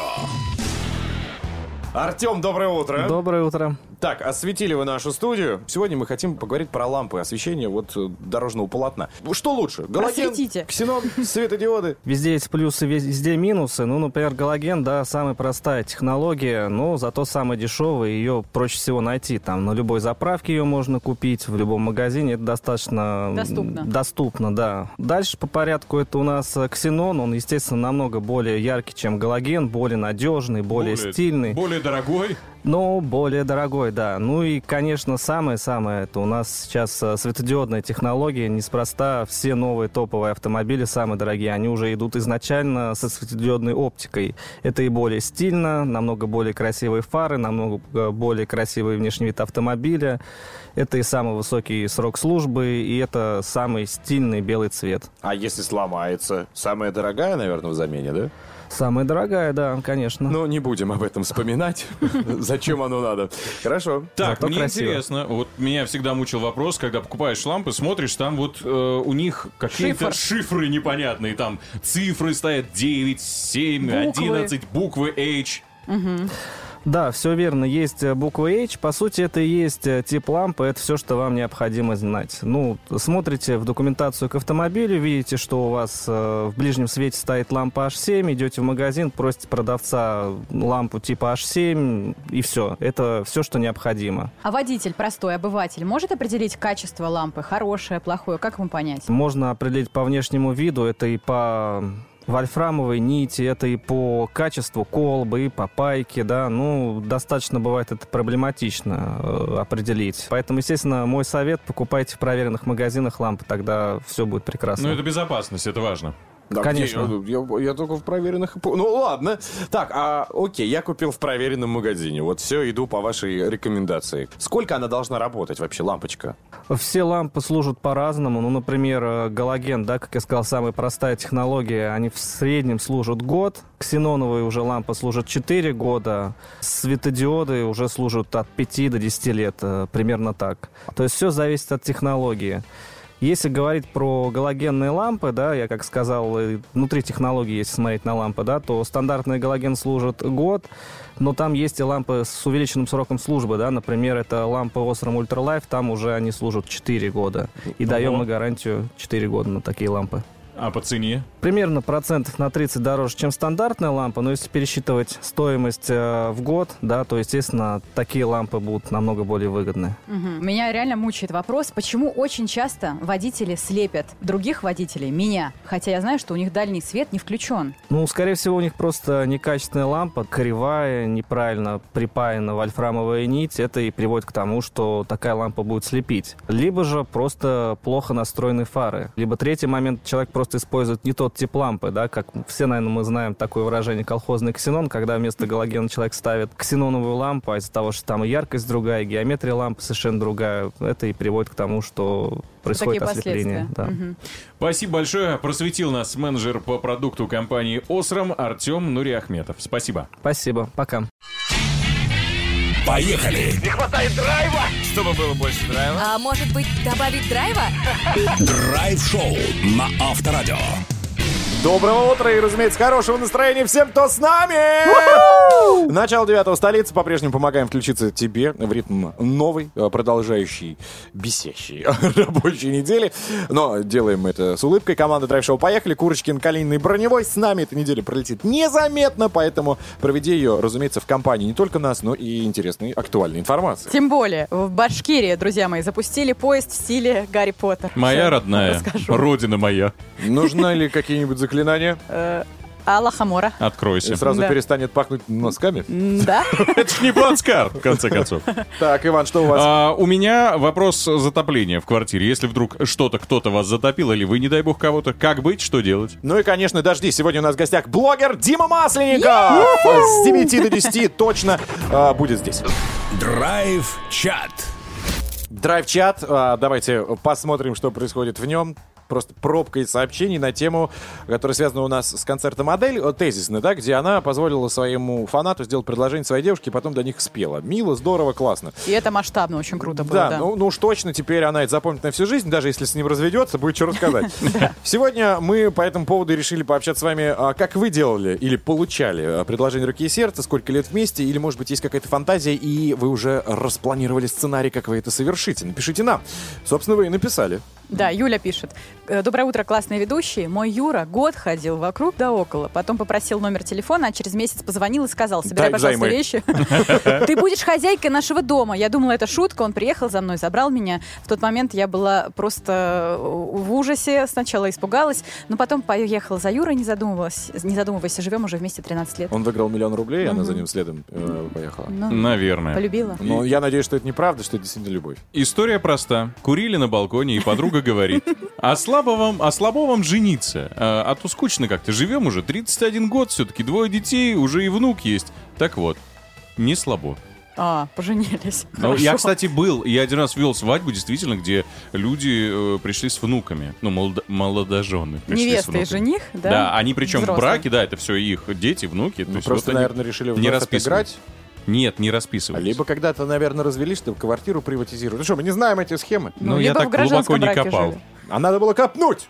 Артем, доброе утро. Доброе утро. Так, осветили вы нашу студию. Сегодня мы хотим поговорить про лампы освещения вот э, дорожного полотна. Что лучше? Галоген, Просветите. ксенон, светодиоды? Везде есть плюсы, везде минусы. Ну, например, галоген, да, самая простая технология, но зато самая дешевая, ее проще всего найти. Там на любой заправке ее можно купить, в любом магазине. Это достаточно Доступно. доступно, да. Дальше по порядку это у нас ксенон. Он, естественно, намного более яркий, чем галоген, более надежный, более, Более- стильный. Более дорогой. Но более дорогой, да. Ну и, конечно, самое-самое, это у нас сейчас э, светодиодная технология. Неспроста все новые топовые автомобили, самые дорогие, они уже идут изначально со светодиодной оптикой. Это и более стильно, намного более красивые фары, намного э, более красивый внешний вид автомобиля. Это и самый высокий срок службы, и это самый стильный белый цвет. А если сломается? Самая дорогая, наверное, в замене, да? Самая дорогая, да, конечно. Ну, не будем об этом вспоминать. Зачем оно надо? Хорошо. Так, Зато мне красиво. интересно, вот меня всегда мучил вопрос, когда покупаешь лампы, смотришь, там вот э, у них какие-то шифры непонятные, там цифры стоят девять, семь, Буквы. одиннадцать, буквы H. Да, все верно. Есть э, буква H. По сути, это и есть э, тип лампы. Это все, что вам необходимо знать. Ну, смотрите в документацию к автомобилю, видите, что у вас э, в ближнем свете стоит лампа эйч семь, идете в магазин, просите продавца лампу типа эйч семь, и все. Это все, что необходимо. А водитель, простой обыватель, может определить качество лампы? Хорошее, плохое? Как ему понять? Можно определить по внешнему виду, это и по вольфрамовой нити, это и по качеству колбы, и по пайке, да, ну, достаточно бывает это проблематично э, определить. Поэтому, естественно, мой совет, покупайте в проверенных магазинах лампы, тогда все будет прекрасно. Ну, это безопасность, это важно. Да, Конечно. где? Я, я- я только в проверенных... и по- Ну, ладно. Так, а окей, я купил в проверенном магазине. Вот все, иду по вашей рекомендации. Сколько она должна работать вообще, лампочка? Все лампы служат по-разному. Ну, например, э, галоген, да, как я сказал, самая простая технология, они в среднем служат год. Ксеноновые уже лампы служат четыре года. Светодиоды уже служат от пяти до десяти лет, э, примерно так. То есть все зависит от технологии. Если говорить про галогенные лампы, да, я как сказал, э, внутри технологии, если смотреть на лампы, да, то стандартный галоген служит год, но там есть и лампы с увеличенным сроком службы, да, например, это лампы Osram Ultra Life, там уже они служат четыре года. И даем мы гарантию четыре года на такие лампы. А по цене? Примерно процентов на тридцать дороже, чем стандартная лампа, но если пересчитывать стоимость э, в год, да, то, естественно, такие лампы будут намного более выгодны. Мгм. Меня реально мучает вопрос, почему очень часто водители слепят других водителей, меня, хотя я знаю, что у них дальний свет не включен. Ну, скорее всего, у них просто некачественная лампа, кривая, неправильно припаяна вольфрамовая нить. Это и приводит к тому, что такая лампа будет слепить. Либо же просто плохо настроены фары. Либо третий момент, человек просто использует не тот тип лампы, да, как все, наверное, мы знаем такое выражение колхозный ксенон, когда вместо галогена человек ставит ксеноновую лампу, а из-за того, что там и яркость другая, и геометрия лампы совершенно другая, это и приводит к тому, что происходит Такие ослепление. последствия. Да. Мгм. Спасибо большое. Просветил нас менеджер по продукту компании Osram Артем Нуриахметов. Спасибо. Спасибо. Пока. Поехали! Чтобы было больше драйва. А может быть, добавить драйва? Драйв-шоу на Авторадио. Доброго утра и, разумеется, хорошего настроения всем, кто с нами! Начало девятого, столица. По-прежнему помогаем включиться тебе в ритм новой, э, продолжающей, бесящей рабочей недели. Но делаем мы это с улыбкой. Команда Драйв Шоу поехали. Курочкин, Калинин и Броневой. С нами эта неделя пролетит незаметно, поэтому проведи ее, разумеется, в компании не только нас, но и интересной, актуальной информации. Тем более, в Башкирии, друзья мои, запустили поезд в стиле Гарри Поттер. Моя Всё родная, расскажу. родина моя. Нужны ли какие-нибудь заклинания? Э, Алла Хамора. Откройся. И сразу Да. перестанет пахнуть носками? М, Да? Это ж не плацкарт, в конце концов. Так, Иван, что у вас? А, у меня вопрос затопления в квартире. Если вдруг что-то, кто-то вас затопил, или вы, не дай бог, кого-то, как быть, что делать? Ну и, конечно, дожди. Сегодня у нас в гостях блогер Дима Масленников. С девяти до десяти точно а, будет здесь. Драйв-чат. Драйв-чат. А, давайте посмотрим, что происходит в нем. просто пробкой сообщений на тему, которая связана у нас с концертом «Адель», тезисная, да, где она позволила своему фанату сделать предложение своей девушке и потом до них спела. Мило, здорово, классно. И это масштабно, очень круто было, Да, да. ну, ну уж точно теперь она это запомнит на всю жизнь, даже если с ним разведется, будет что рассказать. Сегодня мы по этому поводу решили пообщаться с вами, а, как вы делали или получали а, предложение руки и сердца, сколько лет вместе, или, может быть, есть какая-то фантазия, и вы уже распланировали сценарий, как вы это совершите. Напишите нам. Собственно, вы и написали. Да, Юля пишет. Доброе утро, классные ведущие. Мой Юра год ходил вокруг да около. Потом попросил номер телефона, а через месяц позвонил и сказал: собирай, Дай пожалуйста, взаймы. вещи. Ты будешь хозяйкой нашего дома. Я думала, это шутка. Он приехал за мной, забрал меня. В тот момент я была просто в ужасе. Сначала испугалась, но потом поехала за Юрой, не задумывалась. Не задумываясь, живем уже вместе тринадцать лет. Он выиграл миллион рублей, она Мгм. за ним следом э, поехала. Ну, Наверное. полюбила. Но я надеюсь, что это неправда, что это действительно любовь. История проста. Курили на балконе, и подруга говорит: а слабо вам, а слабо вам жениться? А, а то скучно как-то. Живем уже тридцать один год, все-таки двое детей, уже и внук есть. Так вот, не слабо. А, поженились. Ну, Хорошо. я, кстати, был, я один раз вел свадьбу, действительно, где люди э, пришли с внуками. Ну, молодо- молодожены. пришли с Невеста и внуками. жених, да? Да, они причем Взрослые. в браке, да, это все их дети, внуки. то Ну, есть просто, вот они наверное, решили не вновь расписывались. отыграть. Нет, не расписывались. Либо когда-то, наверное, развелись, чтобы квартиру приватизировать. Ну что, мы не знаем эти схемы. Ну, я либо так в гражданском глубоко не браке копал. жили. А надо было копнуть.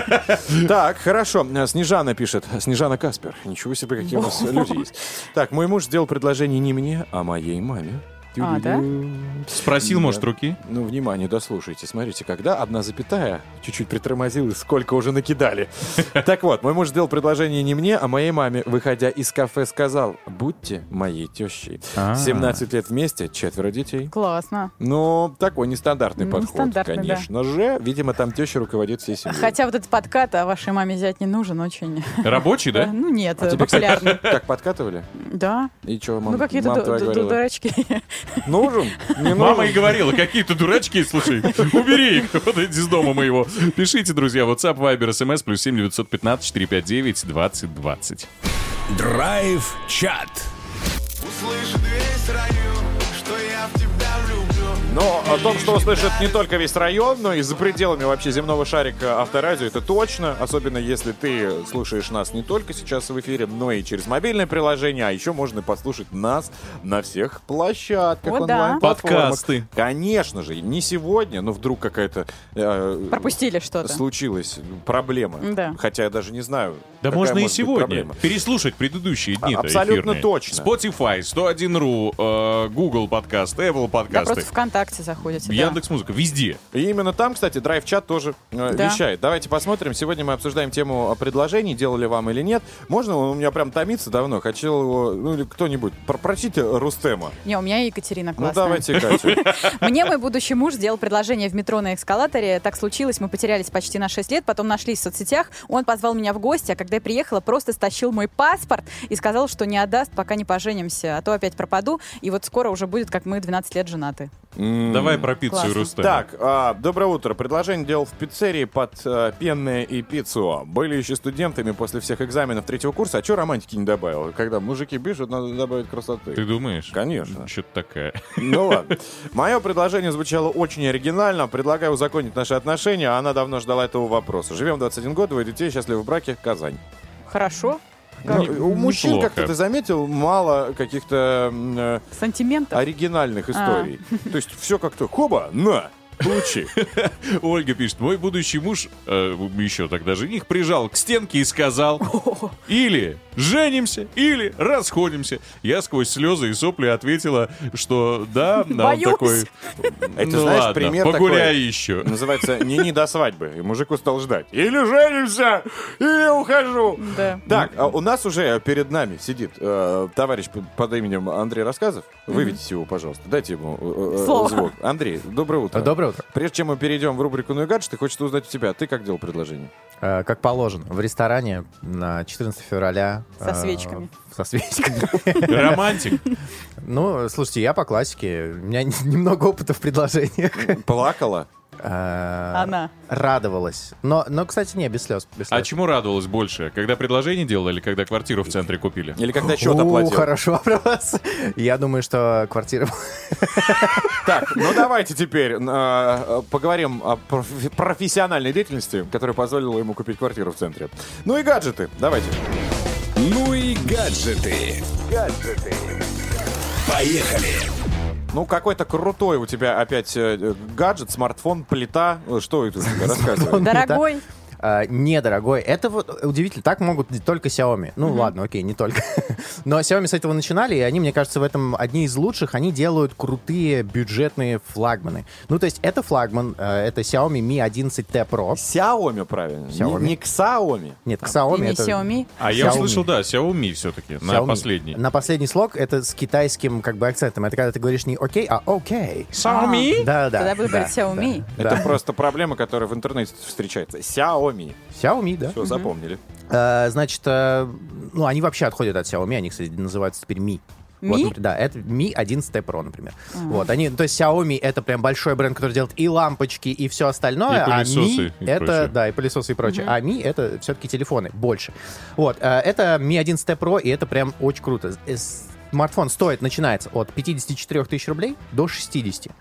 Так, хорошо. Снежана пишет. Снежана Каспер. Ничего себе, какие у нас люди есть. Так, мой муж сделал предложение не мне, а моей маме. А, да? Спросил, Да. может, руки? Ну, внимание, дослушайте. Смотрите, когда одна запятая чуть-чуть притормозила, и сколько уже накидали. Так вот, мой муж сделал предложение не мне, а моей маме. Выходя из кафе, сказал: будьте моей тещей. А. семнадцать лет вместе, четверо детей. Классно. Ну, такой нестандартный подход, Нестандартный, да. конечно же. Видимо, там теща руководит всей семьей. Хотя вот этот подкат о вашей маме зять не нужен очень. Рабочий, да? Ну нет, А тебе, кстати, популярный. так подкатывали? Да. И что, мам, Ну какие-то мама ду- твоя ду- говорила? дурачки. Нужен? Не Мама и нужен? говорила: какие-то дурачки, слушай, убери их вот эти из дома моего. Пишите, друзья, WhatsApp, Viber, эс эм эс, плюс семь девятьсот пятнадцать четыреста пятьдесят девять двадцать двадцать. Драйв-чат. Услышит весь район, что я в тебя влюблен. Но о том, что услышит не только весь район, но и за пределами вообще земного шарика Авторадио, это точно. Особенно если ты слушаешь нас не только сейчас в эфире, но и через мобильное приложение. А еще можно послушать нас на всех площадках, О, да. онлайн-платформах. Подкасты. Конечно же, не сегодня, но вдруг какая-то э, Пропустили что-то. случилась проблема. Да. Хотя я даже не знаю. Да какая можно и может быть сегодня проблема. переслушать предыдущие дни. Абсолютно точно. Spotify, сто один ру, э, Google подкаст, Apple Да, подкасты, просто ВКонтакте заходите. да. Яндекс.Музыка, везде. И именно там, кстати, драйв-чат тоже э, Да. вещает. Давайте посмотрим. Сегодня мы обсуждаем тему предложений, делали вам или нет. Можно? Он у меня прям томится давно. Хотел его, ну или кто-нибудь, про- прочите Рустема. Не, у меня Екатерина Ну классная. давайте, Катя. Мне мой будущий муж сделал предложение в метро на эскалаторе. Так случилось, мы потерялись почти на шесть лет, потом нашлись в соцсетях. Он позвал меня в гости, а когда я приехала, просто стащил мой паспорт и сказал, что не отдаст, пока не поженимся, а то опять пропаду. И вот скоро уже будет, как мы двенадцать лет женаты. М, Давай про пиццу и Классно. Рустема. Так, а, доброе утро. Предложение делал в пиццерии под а, пенное и пиццу. Были еще студентами после всех экзаменов третьего курса. А что романтики не добавил? Когда мужики пишут, надо добавить красоты. Ты думаешь? Конечно. Что-то такая. Ну ладно. Мое предложение звучало очень оригинально. Предлагаю узаконить наши отношения. Она давно ждала этого вопроса. Живем двадцать один год, двое детей, счастливы в браке, Казань. Хорошо? Ну, Не- у мужчин, неплохо. как-то ты заметил, мало каких-то м, э, Сантиментов? оригинальных историй. То есть все как-то хоба, на, получи. Ольга пишет: мой будущий муж, э, еще тогда жених, прижал к стенке и сказал: или женимся, или расходимся. Я сквозь слезы и сопли ответила, что да, да, он Боюсь. такой. Это, ну знаешь, ладно, пример погуляй такой. еще. Называется «Не-не до свадьбы». И мужик устал ждать. Или женимся, или ухожу. Да. Так, а у нас уже перед нами сидит э, товарищ п- под именем Андрей Рассказов. Выведите его, пожалуйста. Дайте ему э, э, Слово. звук. Андрей, доброе утро. Доброе утро. Прежде чем мы перейдем в рубрику «Ну и гаджеты», хочется узнать у тебя. Ты как делал предложение? Э, Как положено, в ресторане на четырнадцатого февраля. Со э, свечками. Со свечками. Романтик. Ну, слушайте, я по классике. У меня немного опыта в предложениях. Плакала? Она. Радовалась. Но, но, кстати, не, без слез. Без слез. А чему радовалась больше? Когда предложение делала или когда квартиру в центре купили? Или когда счет О, оплатил? хороший вопрос. Я думаю, что квартира... Так, ну давайте теперь э, поговорим о профи- профессиональной деятельности, которая позволила ему купить квартиру в центре. Ну и гаджеты, давайте. Ну и гаджеты. Гаджеты. Поехали. Ну, какой-то крутой у тебя опять э, гаджет, смартфон, плита. Что это у тебя? Рассказывай. Дорогой. А, недорогой. Это вот удивительно. Так могут только Xiaomi. Ну, Мгм. ладно, окей, не только. Но Xiaomi с этого начинали, и они, мне кажется, в этом одни из лучших. Они делают крутые бюджетные флагманы. Ну, то есть это флагман, э, это Xiaomi Mi одиннадцать ти Pro. Xiaomi, правильно. Xiaomi. Не, не Xiaomi. Нет, Xiaomi И не это... Xiaomi. А я Xiaomi. услышал, да, Xiaomi все-таки, на Xiaomi. последний. На последний слог это с китайским как бы акцентом. Это когда ты говоришь не окей, а окей. Xiaomi? Да, да. Тогда буду да, говорить Xiaomi. да. Это Да. просто проблема, которая в интернете встречается. Xiaomi. Xiaomi, да. Все, запомнили. Э, Значит, э, ну, они вообще отходят от Xiaomi, они, кстати, называются теперь Mi. Вот, Mi? например, да, это Mi одиннадцать ти Pro, например. Вот, они, то есть Xiaomi это прям большой бренд, который делает и лампочки, и все остальное, И пылесосы, а Mi и это, прочее. да, и пылесосы и прочее. А Mi это все-таки телефоны больше. Вот, э, это Mi одиннадцать ти Pro, и это прям очень круто. Э, Смартфон стоит, начинается от пятьдесят четыре тысяч рублей до шестидесяти.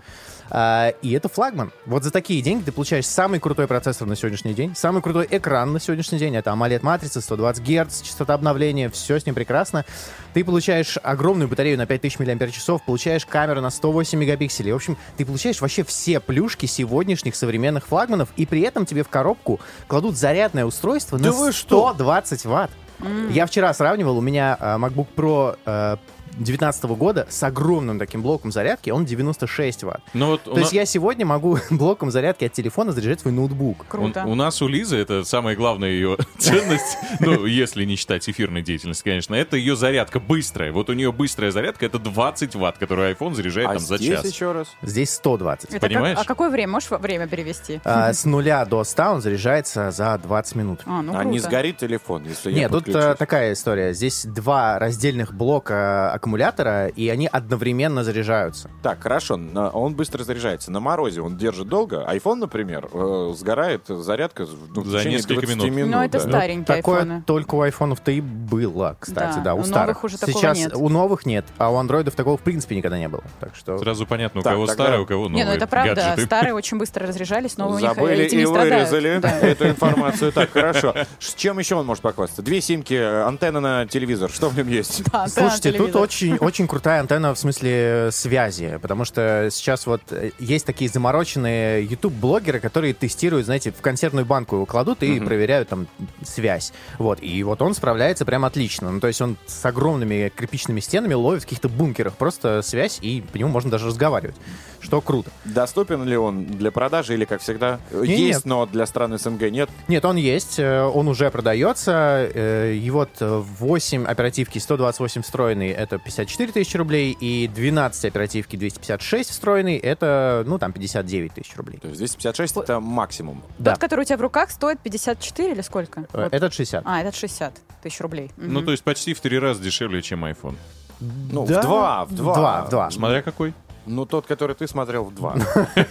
А, и это флагман. Вот за такие деньги ты получаешь самый крутой процессор на сегодняшний день, самый крутой экран на сегодняшний день. Это AMOLED-матрица, сто двадцать герц, частота обновления, все с ним прекрасно. Ты получаешь огромную батарею на пять тысяч миллиампер-часов, получаешь камеру на сто восемь мегапикселей. В общем, ты получаешь вообще все плюшки сегодняшних современных флагманов, и при этом тебе в коробку кладут зарядное устройство Да на вы сто двадцать ватт. Я вчера сравнивал, у меня э, MacBook Pro э, девятнадцатого года с огромным таким блоком зарядки, он девяносто шесть ватт. Ну вот То у, есть на- я сегодня могу блоком зарядки от телефона заряжать свой ноутбук. у- Круто. у нас у Лизы, это самая главная ее ценность, ну, если не считать эфирной деятельности, конечно, это ее зарядка быстрая. Вот у нее быстрая зарядка, это двадцать ватт, которую iPhone заряжает А там за здесь час. еще раз. Здесь сто двадцать. Это как- понимаешь? а какое время? Можешь во- время перевести? А, с нуля до ста он заряжается за двадцать минут. А, ну А не круто. сгорит телефон, если я Нет, тут э, подключусь? такая история. Здесь два раздельных блока аккумулятора, и они одновременно заряжаются. Так, хорошо, на- он быстро заряжается. На морозе он держит долго. iPhone, например, э, сгорает зарядка ну, в За течение несколько двадцати минут. Ну, это да. ста- Старенькие Такое айфоны. только у айфонов-то и было, кстати, Да, да, у, у старых. новых уже такого Сейчас нет. у новых нет, а у андроидов такого в принципе никогда не было. Так что... Сразу понятно, у Так, кого тогда- старое, у кого новое. Не, ну это правда. гаджеты. Старые очень быстро разряжались, но у них Забыли этим и не страдают. вырезали Да. эту информацию. Так, хорошо. С чем еще он может похвастаться? Две симки, антенна на телевизор. Что в нем есть? Да, антенна на Слушайте, тут телевизор. очень, очень крутая антенна в смысле связи, потому что сейчас вот э, есть такие замороченные YouTube-блогеры, которые тестируют, знаете, в консервную банку его кладут и проверяют там связь. Вот, и вот он справляется прям отлично. Ну, то есть он с огромными кирпичными стенами ловит в каких-то бункерах просто связь, и по нему можно даже разговаривать, что круто. Доступен ли он для продажи или, как всегда, Не, есть, нет. но для стран СНГ нет? Нет, он есть, э, он уже продается. э, И вот э, восемь оперативки сто двадцать восемь встроенный — это пятьдесят четыре тысячи рублей, и двенадцать оперативки двести пятьдесят шесть встроенный — это, ну, там, пятьдесят девять тысяч рублей. То есть двести пятьдесят шесть это максимум. Да, Тот, который у тебя в руках, стоит пятьдесят четыре или сколько? э, Вот. этот шестьдесят. А, этот шестьдесят тысяч рублей. Ну, Мгм. то есть почти в три раза дешевле, чем iPhone. Ну, Да. в два, в два. В два, в два. Смотря какой. Ну, тот, который ты смотрел, в два.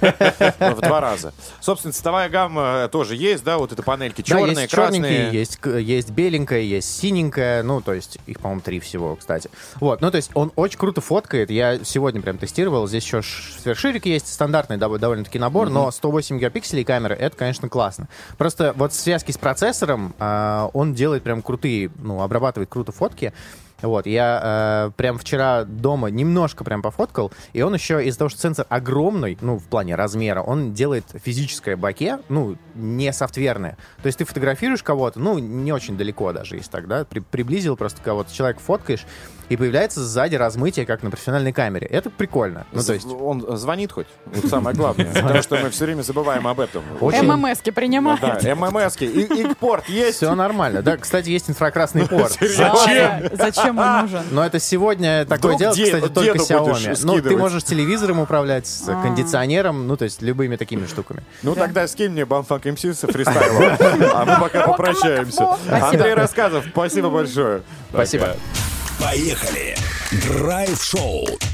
В два раза. Собственно, цветовая гамма тоже есть, да? Вот это панельки Да, черные, есть черненькие, красные. есть, к- есть беленькая, есть синенькая, ну, то есть их, по-моему, три всего, кстати. Вот, ну, то есть он очень круто фоткает, я сегодня прям тестировал, здесь еще ш- сверхширик есть, стандартный дов- довольно-таки набор, но сто восемь мегапикселей камеры, это, конечно, классно. Просто вот в связке с процессором а, он делает прям крутые, ну, обрабатывает круто фотки. Вот, я э, прям вчера дома немножко прям пофоткал, и он еще из-за того, что сенсор огромный, ну, в плане размера, он делает физическое боке, ну, не софтверное. То есть ты фотографируешь кого-то, ну, не очень далеко даже, если так, да, при- приблизил просто кого-то, человек фоткаешь, и появляется сзади размытие, как на профессиональной камере. Это прикольно. Ну, то есть... Он звонит хоть? Это самое главное. Потому что мы все время забываем об этом. Очень- ММСки принимают. Да, ММСки. И, и порт есть. Все нормально. Да, кстати, есть инфракрасный порт. А, Зачем он нужен? Но это сегодня такое Вдруг дело, де- кстати, только деду будешь Xiaomi. Ну, ты скидывать. можешь телевизором управлять, с А. кондиционером, ну, то есть любыми такими штуками. Ну, тогда скинь мне Bumfuck эм си с фристайлом. А мы пока попрощаемся. Андрей Рассказов, спасибо большое. Спасибо. Поехали! Драйв-шоу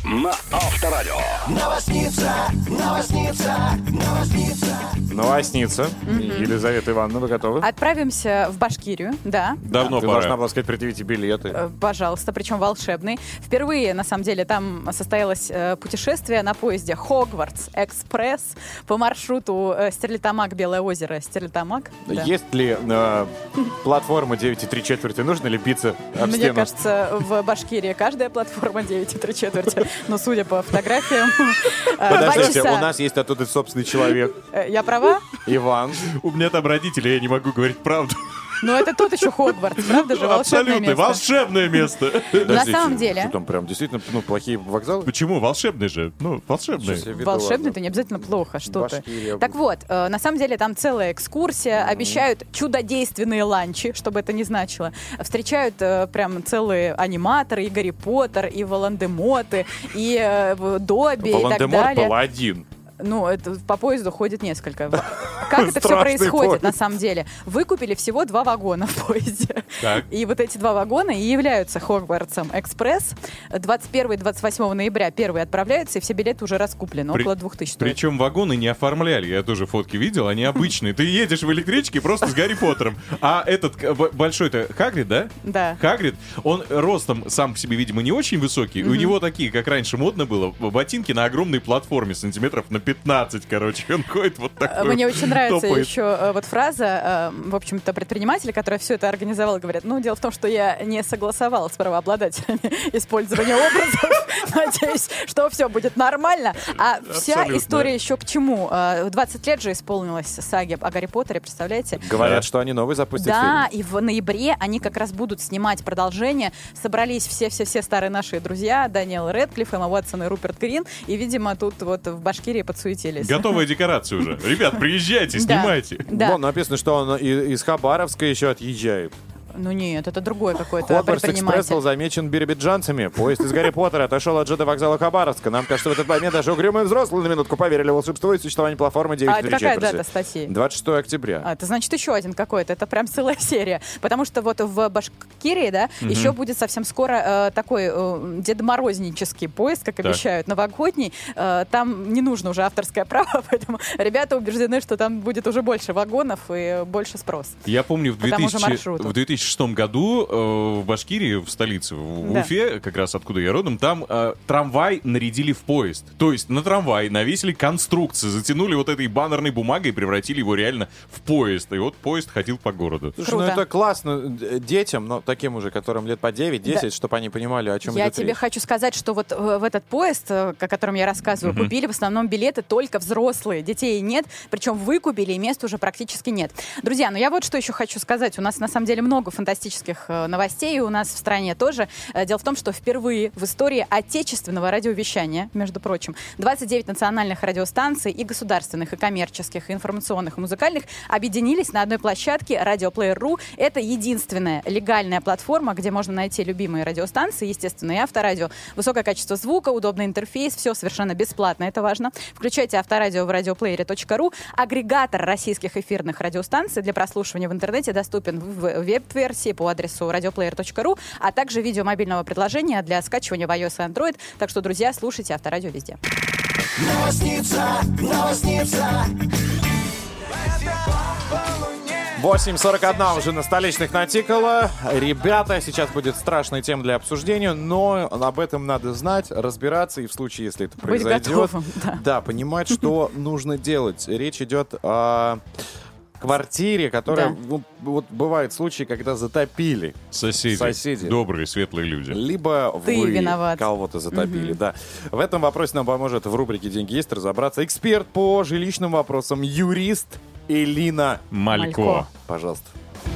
на Авторадио. Новосница, новосница, новосница. Новосница. Елизавета Ивановна, вы готовы? Отправимся в Башкирию, да. Давно Ты пора. должна была сказать, предъявите билеты. Э, Пожалуйста, причем волшебный. Впервые, на самом деле, там состоялось э, путешествие на поезде Хогвартс Экспресс по маршруту э, Стерлитамак-Белое озеро. Стерлитамак? Да. Есть ли э, платформа девять и три четверти? Нужно ли биться об Мне стену? кажется, в Башкирии каждая платформа девять и три четверти. Но судя по фотографиям, э, два Подождите, часа. у нас есть оттуда собственный человек. Э, Я права? Иван. У меня там родители, я не могу говорить правду. Ну, это тут еще Хогвартс, правда же? Волшебное Абсолютно, место. волшебное место. На самом деле... Что там прям действительно ну, плохие вокзалы? Почему? Волшебный же. Ну, волшебный. Сейчас я веду, Волшебный, ладно. это не обязательно плохо, что ты. Башкирия. Так вот, э, на самом деле там целая экскурсия, обещают чудодейственные ланчи, чтобы это не значило. Встречают э, прям целые аниматоры, и Гарри Поттер, и Волан-де-Моты, и э, в Добби, и так Волан-де-Морт далее. паладин. Ну, это по поезду ходит несколько. Как это все Страшный происходит поезд. на самом деле? Вы купили всего два вагона в поезде. Так. И вот эти два вагона и являются Хогвартсом Экспресс. двадцать первого и двадцать восьмого ноября первые отправляются, и все билеты уже раскуплены. При- Около двух тысяч стоит. Причем вагоны не оформляли, я тоже фотки видел, они обычные. Ты едешь в электричке просто с Гарри Поттером. А этот к- б- большой-то Хагрид, да? Да. Хагрид, он ростом сам по себе, видимо, не очень высокий. У него такие, как раньше модно было, ботинки на огромной платформе, сантиметров на пятнадцать, короче. Он ходит вот такой. Мне очень нравится топает. еще э, вот фраза, э, в общем-то, предпринимателя, который все это организовал, говорят, ну, дело в том, что я не согласовал с правообладателями использования образов. Надеюсь, что все будет нормально. А вся Абсолютно. история еще к чему? Э, двадцать лет же исполнилось саге о Гарри Поттере, представляете? Говорят, что они новый запустят Да, фильм. и в ноябре они как раз будут снимать продолжение. Собрались все-все-все старые наши друзья, Даниэл Рэдклифф, Эмма Уотсон и Руперт Грин. И, видимо, тут вот в Башкирии подсуетились. Готовая декорация уже. Ребят, приезжайте, Да. снимайте. Да. Вон написано, что он и- из Хабаровска еще отъезжает. Ну нет, это другой какой-то Хогвартс Экспресс предприниматель. был замечен биробиджанцами. Поезд из Гарри Поттера отошел от ЖД вокзала Хабаровска. Нам кажется, в этот момент даже угрюмые взрослые на минутку поверили в волшебство и существование платформы девять А это какая дата статьи? двадцать шестого октября. А, это значит еще один какой-то. Это прям целая серия. Потому что вот в Башкирии, да, еще будет совсем скоро э, такой э, дедоморознический поезд, как Так. обещают, новогодний. Э, там не нужно уже авторское право, поэтому ребята убеждены, что там будет уже больше вагонов и больше спрос. Я помню, в, По тому же 2000 маршруту. в две тысячи шестом году э, в Башкирии, в столице, в, в Да. Уфе, как раз откуда я родом, там э, трамвай нарядили в поезд. То есть на трамвай навесили конструкции, затянули вот этой баннерной бумагой и превратили его реально в поезд. И вот поезд ходил по городу. Слушай, Круто. ну это классно д- детям, но таким уже, которым лет по девять-десять, чтобы они понимали, о чем Я идет тебе речь. хочу сказать, что вот э, в этот поезд, э, о котором я рассказываю, купили в основном билеты только взрослые. Детей нет, причем выкупили, и места уже практически нет. Друзья, ну я вот что еще хочу сказать. У нас на самом деле много фантастических э, новостей, у нас в стране тоже. Э, Дело в том, что впервые в истории отечественного радиовещания, между прочим, двадцать девять национальных радиостанций и государственных, и коммерческих, и информационных, и музыкальных объединились на одной площадке радиоплеер точка ру. Это единственная легальная платформа, где можно найти любимые радиостанции, естественно, и авторадио. Высокое качество звука, удобный интерфейс, все совершенно бесплатно, это важно. Включайте авторадио в радиоплеере точка ру. Агрегатор российских эфирных радиостанций для прослушивания в интернете доступен в веб-версии по адресу радиоплеер точка ру, а также видео мобильного приложения для скачивания в iOS и Android. Так что, друзья, слушайте авторадио везде. Новосница, новосница. восемь сорок один уже на столичных натикало. Ребята, сейчас будет страшная тема для обсуждения, но об этом надо знать, разбираться, и в случае, если это Быть произойдет, готовым, да. да, понимать, что нужно делать. Речь идет о квартире, которая, Да. ну, вот бывают случаи, когда затопили Соседи. Соседи. Добрые, светлые люди. либо Ты вы виноват. кого-то затопили, да. В этом вопросе нам поможет в рубрике «Деньги есть» разобраться эксперт по жилищным вопросам, юрист Элина Малько. Малько. Пожалуйста.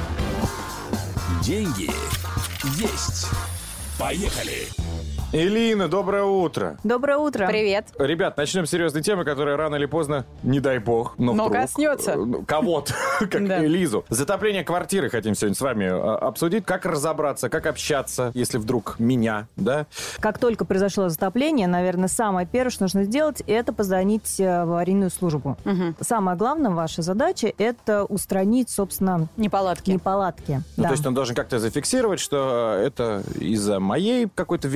Деньги есть. Поехали. Элина, доброе утро. Доброе утро. Привет. Ребят, начнем с серьезной темы, которая рано или поздно, не дай бог, но, Но вдруг, коснется. э, ну, кого-то, как Да. Элизу. Затопление квартиры хотим сегодня с вами э, обсудить. Как разобраться, как общаться, если вдруг меня, да? Как только произошло затопление, наверное, самое первое, что нужно сделать, это позвонить э, в аварийную службу. Мгм. Самая главная ваша задача – это устранить, собственно, Неполадки. неполадки. Ну, Да. то есть он должен как-то зафиксировать, что э, это из-за моей какой-то вины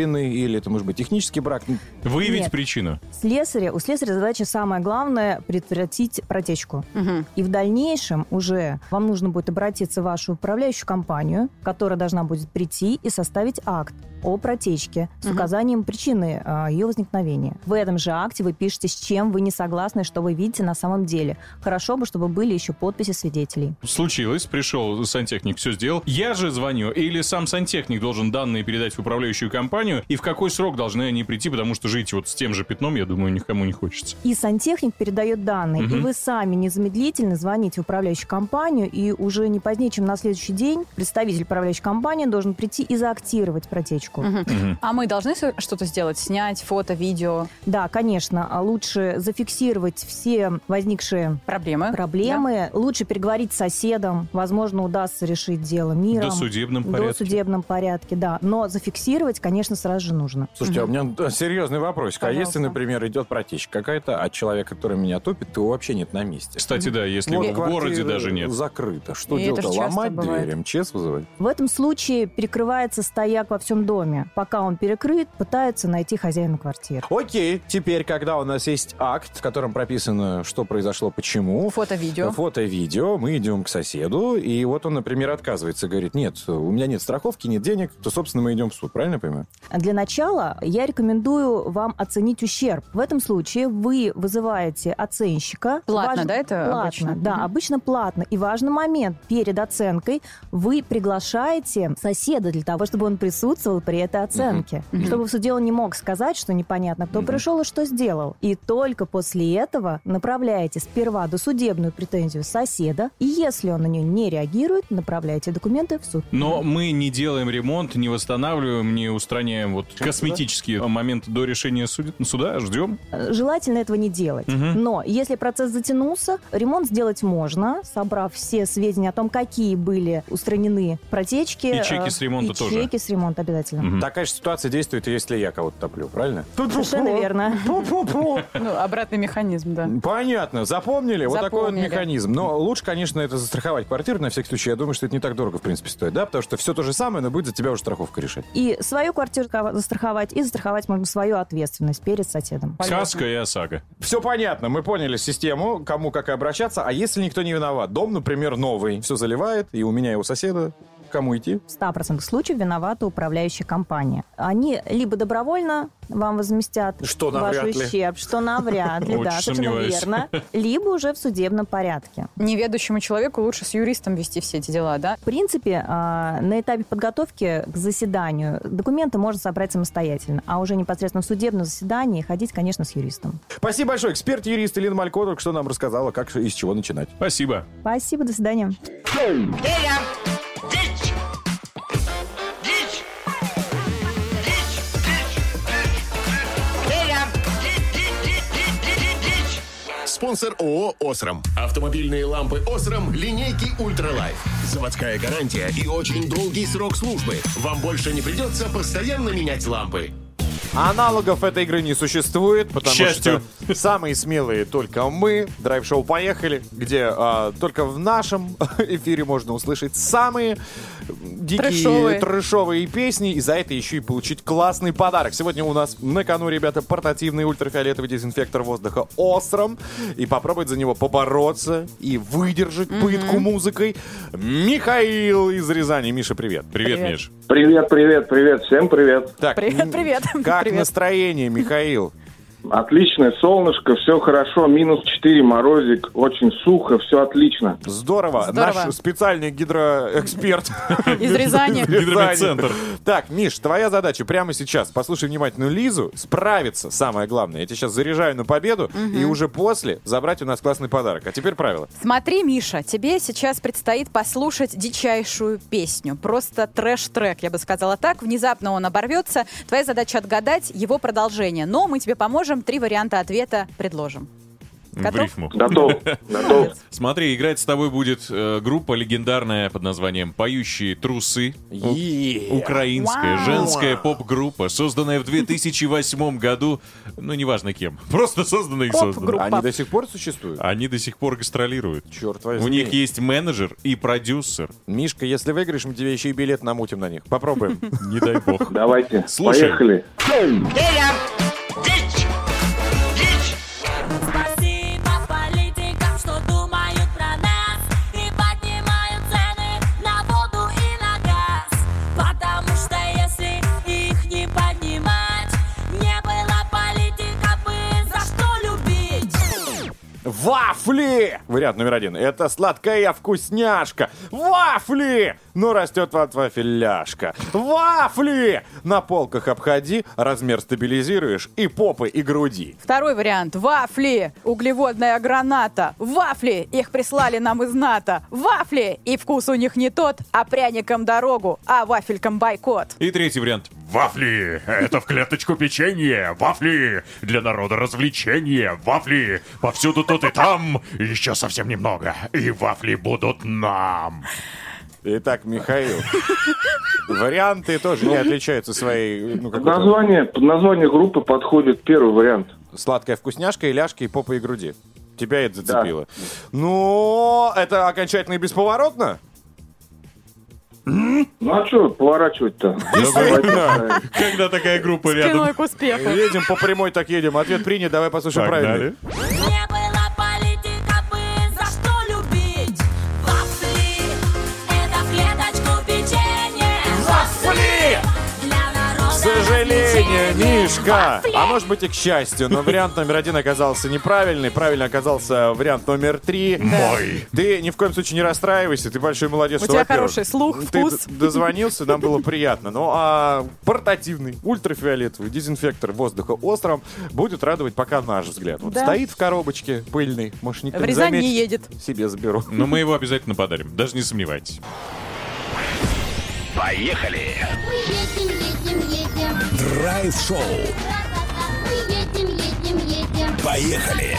или это может быть технический брак. Выявить Нет. причину. Слесаря, у слесаря задача самая главная — предотвратить протечку. Мгм. И в дальнейшем уже вам нужно будет обратиться в вашу управляющую компанию, которая должна будет прийти и составить акт о протечке с Мгм. указанием причины а, ее возникновения. В этом же акте вы пишете, с чем вы не согласны, что вы видите на самом деле. Хорошо бы, чтобы были еще подписи свидетелей. Случилось, пришел сантехник, все сделал. Я же звоню, или сам сантехник должен данные передать в управляющую компанию, и в какой срок должны они прийти, потому что жить вот с тем же пятном, я думаю, никому не хочется. И сантехник передает данные, Мгм. и вы сами незамедлительно звоните в управляющую компанию, и уже не позднее, чем на следующий день представитель управляющей компании должен прийти и заактировать протечку. Мгм. А мы должны с- что-то сделать? Снять фото, видео? Да, конечно, а лучше зафиксировать все возникшие Проблемы. проблемы, лучше переговорить с соседом, возможно, удастся решить дело миром. В досудебном В порядке. досудебном порядке, да. Но зафиксировать, конечно, сразу же нужно. Слушайте, а у меня да, серьезный вопросик. А Пожалуйста. если, например, идет протечка какая-то от человека, который меня топит, то его вообще нет на месте. Кстати, да, если Вот в городе квартира даже нет. закрыто. Что И это делать? ж часто Ломать бывает. дверь, МЧС вызывать? В этом случае перекрывается стояк во всем доме. Пока он перекрыт, пытаются найти хозяина квартиры. Окей, теперь, когда у нас есть акт, в котором прописано, что произошло, почему. Фото, видео. Фото, видео. Мы идем к соседу, и вот он, например, отказывается, говорит, нет, у меня нет страховки, нет денег, то, собственно, мы идем в суд, правильно я понимаю? Для начала я рекомендую вам оценить ущерб. В этом случае вы вызываете оценщика. Платно, Важ- да, это платно, обычно? да, Мгм. обычно платно. И важный момент: перед оценкой вы приглашаете соседа для того, чтобы он присутствовал при этой оценке. Мгм. Чтобы в суде он не мог сказать, что непонятно, кто пришел и что сделал. И только после этого направляете сперва досудебную претензию соседа, и если он на нее не реагирует, направляете документы в суд. Но мы не делаем ремонт, не восстанавливаем, не устраняем вот косметические моменты до решения суд- суда, ждем. Желательно этого не делать. Мгм. Но если процесс затянулся, ремонт сделать можно, собрав все сведения о том, какие были устранены протечки. И чеки э, с ремонта и тоже. чеки с ремонта обязательно. Такая же ситуация действует, если я кого-то топлю, правильно? Совершенно верно. Ну, обратный механизм, да. Понятно, запомнили? Вот такой вот Запомнили. механизм. Но лучше, конечно, это застраховать квартиру на всякий случай. Я думаю, что это не так дорого, в принципе, стоит, да? Потому что все то же самое, но будет за тебя уже страховка решать. И свою квартиру застраховать, и застраховать можно свою ответственность перед соседом. Сказка и ОСАГО. Все понятно, мы поняли систему, кому как и обращаться. А если никто не виноват? Дом, например, новый, все заливает, и у меня, и у соседа. Кому идти? В ста процентах случаев виновата управляющая компания. Они либо добровольно вам возместят Что ваш навряд ли. ущерб, что навряд ли, Очень да, совершенно сомневаюсь. верно, либо уже в судебном порядке. Неведущему человеку лучше с юристом вести все эти дела, да? В принципе, а, на этапе подготовки к заседанию документы можно собрать самостоятельно, а уже непосредственно в судебном заседании ходить, конечно, с юристом. Спасибо большое. Эксперт-юрист Елена Малько только что нам рассказала, как и с чего начинать. Спасибо. Спасибо, до свидания. Спонсор ООО «Осрам». Автомобильные лампы «Осрам» линейки «Ультралайф». Заводская гарантия и очень долгий срок службы. Вам больше не придется постоянно менять лампы. Аналогов этой игры не существует, потому К счастью. что самые смелые только мы. Драйв-шоу «Поехали», где а, только в нашем эфире можно услышать самые дикие Трэшовые. трэшовые песни, и за это еще и получить классный подарок. Сегодня у нас на кону, ребята, портативный ультрафиолетовый дезинфектор воздуха «Осрам», и попробовать за него побороться и выдержать пытку музыкой Михаил из Рязани. Миша, привет. Привет, Привет. Миш. Привет, привет, привет, всем привет. Так, Привет, м, привет. Как Привет. настроение, Михаил? Отличное солнышко, все хорошо, минус четыре, морозик, очень сухо, все отлично. Здорово. Здорово. Наш специальный гидроэксперт. Из Рязани. Из Рязани. Гидромедцентр. Так, Миш, твоя задача прямо сейчас, послушай внимательно Лизу, справиться, самое главное. Я тебя сейчас заряжаю на победу, и уже после забрать у нас классный подарок. А теперь правила. Смотри, Миша, тебе сейчас предстоит послушать дичайшую песню. Просто трэш-трек, я бы сказала так. Внезапно он оборвется. Твоя задача отгадать его продолжение. Но мы тебе поможем, три варианта ответа предложим. В Готов? рифму. Готов. Готов. Смотри, играть с тобой будет э, группа легендарная под названием «Поющие трусы». У- Украинская Вау. женская поп-группа, созданная в две тысячи восьмом году. Ну, неважно кем. Просто созданная и Поп-группа. создана. Они до сих пор существуют? Они до сих пор гастролируют. Черт возьми. У них есть менеджер и продюсер. Мишка, если выиграешь, мы тебе еще и билет намутим на них. Попробуем. Не дай бог. Давайте. Слушай. Поехали. Спасибо политикам, что думают про нас и поднимают цены на воду и на газ. Потому что если их не поднимать, не было политиков бы за что любить. Вафли! Вариант номер один. Это сладкая вкусняшка. Вафли! Ну, растет вот вафеляшка. Вафли! На полках обходи, размер стабилизируешь и попы, и груди. Второй вариант. Вафли. Углеводная граната. Вафли. Их прислали нам из НАТО. Вафли. И вкус у них не тот, а пряникам дорогу, а вафелькам бойкот. И третий вариант. Вафли! Это в клеточку печенье! Вафли! Для народа развлечение! Вафли! Повсюду тут и там! Еще совсем немного, и вафли будут нам! Итак, Михаил, варианты тоже не отличаются своей... Ну, Под какой-то- название, под название группы подходит первый вариант. Сладкая вкусняшка, и ляжки, и попа, и груди. Тебя это зацепило. Ну, это окончательно и бесповоротно? Ну а что поворачивать-то? Действительно. Когда такая группа рядом. Спиной к успеху. Едем по прямой, так едем. Ответ принят, давай послушаем правильный. Не было политиков бы за что любить. Вафли. Это в клеточку печенье. Вафли! Для народа К сожалению, развлечение. Мишка, а может быть и к счастью, но вариант номер один оказался неправильный. Правильно оказался вариант номер три. Мой. Ты ни в коем случае не расстраивайся, ты большой молодец. У что, тебя во-первых, хороший слух, Ты вкус. д- дозвонился, нам было приятно. Ну а портативный, ультрафиолетовый дезинфектор воздуха Остром будет радовать пока наш взгляд. Вот Да. стоит в коробочке пыльный, может никто В не Рязань заметит. не едет. Себе заберу. Но мы его обязательно подарим, даже не сомневайтесь. Поехали! Мы едем, едем, едем. Драйв-шоу. Мы едем, едем, едем. Поехали!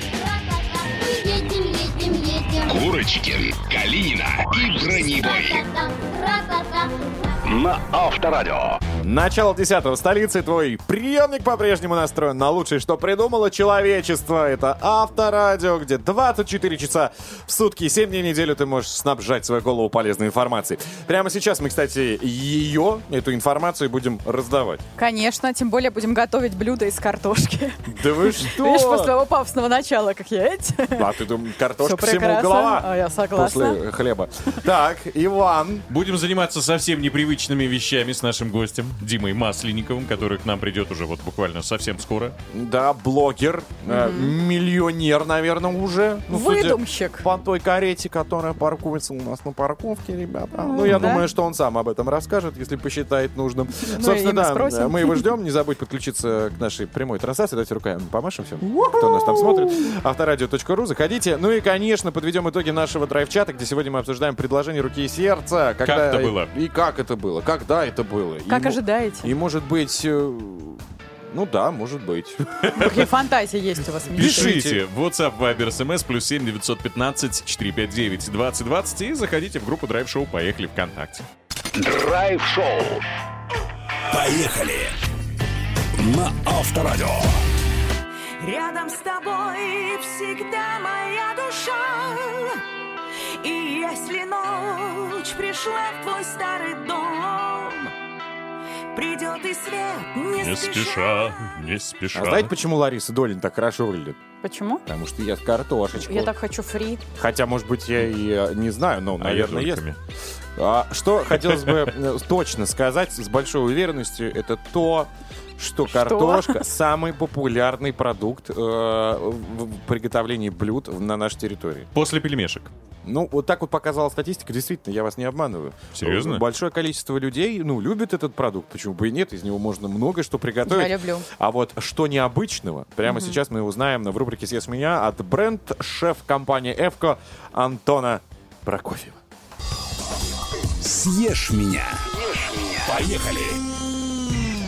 Мы едем, едем, едем. Курочкин, Калинина и Броневой. Ра-та-та. На Авторадио. Начало десятого в столице. Твой приемник по-прежнему настроен на лучшее, что придумало человечество. Это Авторадио, где двадцать четыре часа в сутки, семь дней в неделю ты можешь снабжать свою голову полезной информацией. Прямо сейчас мы, кстати, ее, эту информацию, будем раздавать. Конечно, тем более будем готовить блюда из картошки. Да вы что? Видишь, после твоего пафосного начала, как я эти. А ты думаешь, картошка Всё всему прекрасно. голова? А я согласна. После хлеба. Так, Иван. Будем заниматься совсем непривычными вещами с нашим гостем Димой Масленниковым, который к нам придет уже вот буквально совсем скоро. Да, блогер, э, миллионер, наверное, уже. Ну, судя Выдумщик. по той карете, которая паркуется у нас на парковке, ребята. Ну, я да. думаю, что он сам об этом расскажет, если посчитает нужным. Ну, и Собственно, мы да, спросим. мы его ждем. Не забудь подключиться к нашей прямой трансляции. Давайте руками помашем всем, кто нас там смотрит. авторадио точка ру, заходите. Ну и, конечно, подведем итоги нашего драйв-чата, где сегодня мы обсуждаем предложение руки и сердца. Как это было? И как это было, когда это было. Как И мо- ожидаете? И, может быть... э, Ну да, может быть. Какие фантазии есть у вас, Миша? Пишите в WhatsApp, Viber, эс эм эс, плюс семь девятьсот пятнадцать четыреста пятьдесят девять двадцать двадцать и заходите в группу Драйв Шоу «Поехали» ВКонтакте. Драйв-шоу. Поехали! На Авторадио. Рядом с тобой всегда моя душа. И если ночь пришла в твой старый дом, придет и свет не, Не спеша, не спеша. А знаете, почему Лариса Долин так хорошо выглядит? Почему? Потому что ест картошечку. Я так хочу фри. Хотя, может быть, я и э, не знаю, но, А я наверное, ест. дурками. А, что хотелось бы э, точно сказать с большой уверенностью, это то, что картошка самый популярный продукт э, в в приготовлении блюд на нашей территории. После пельмешек. Ну, вот так вот показала статистика, действительно, я вас не обманываю. Серьезно? Большое количество людей, ну, любит этот продукт, почему бы и нет, из него можно многое что приготовить. Я люблю. А вот что необычного, прямо сейчас мы узнаем в рубрике «Съешь меня» от бренд-шеф-компании «Эвко» Антона Прокофьева. Съешь меня. Поехали!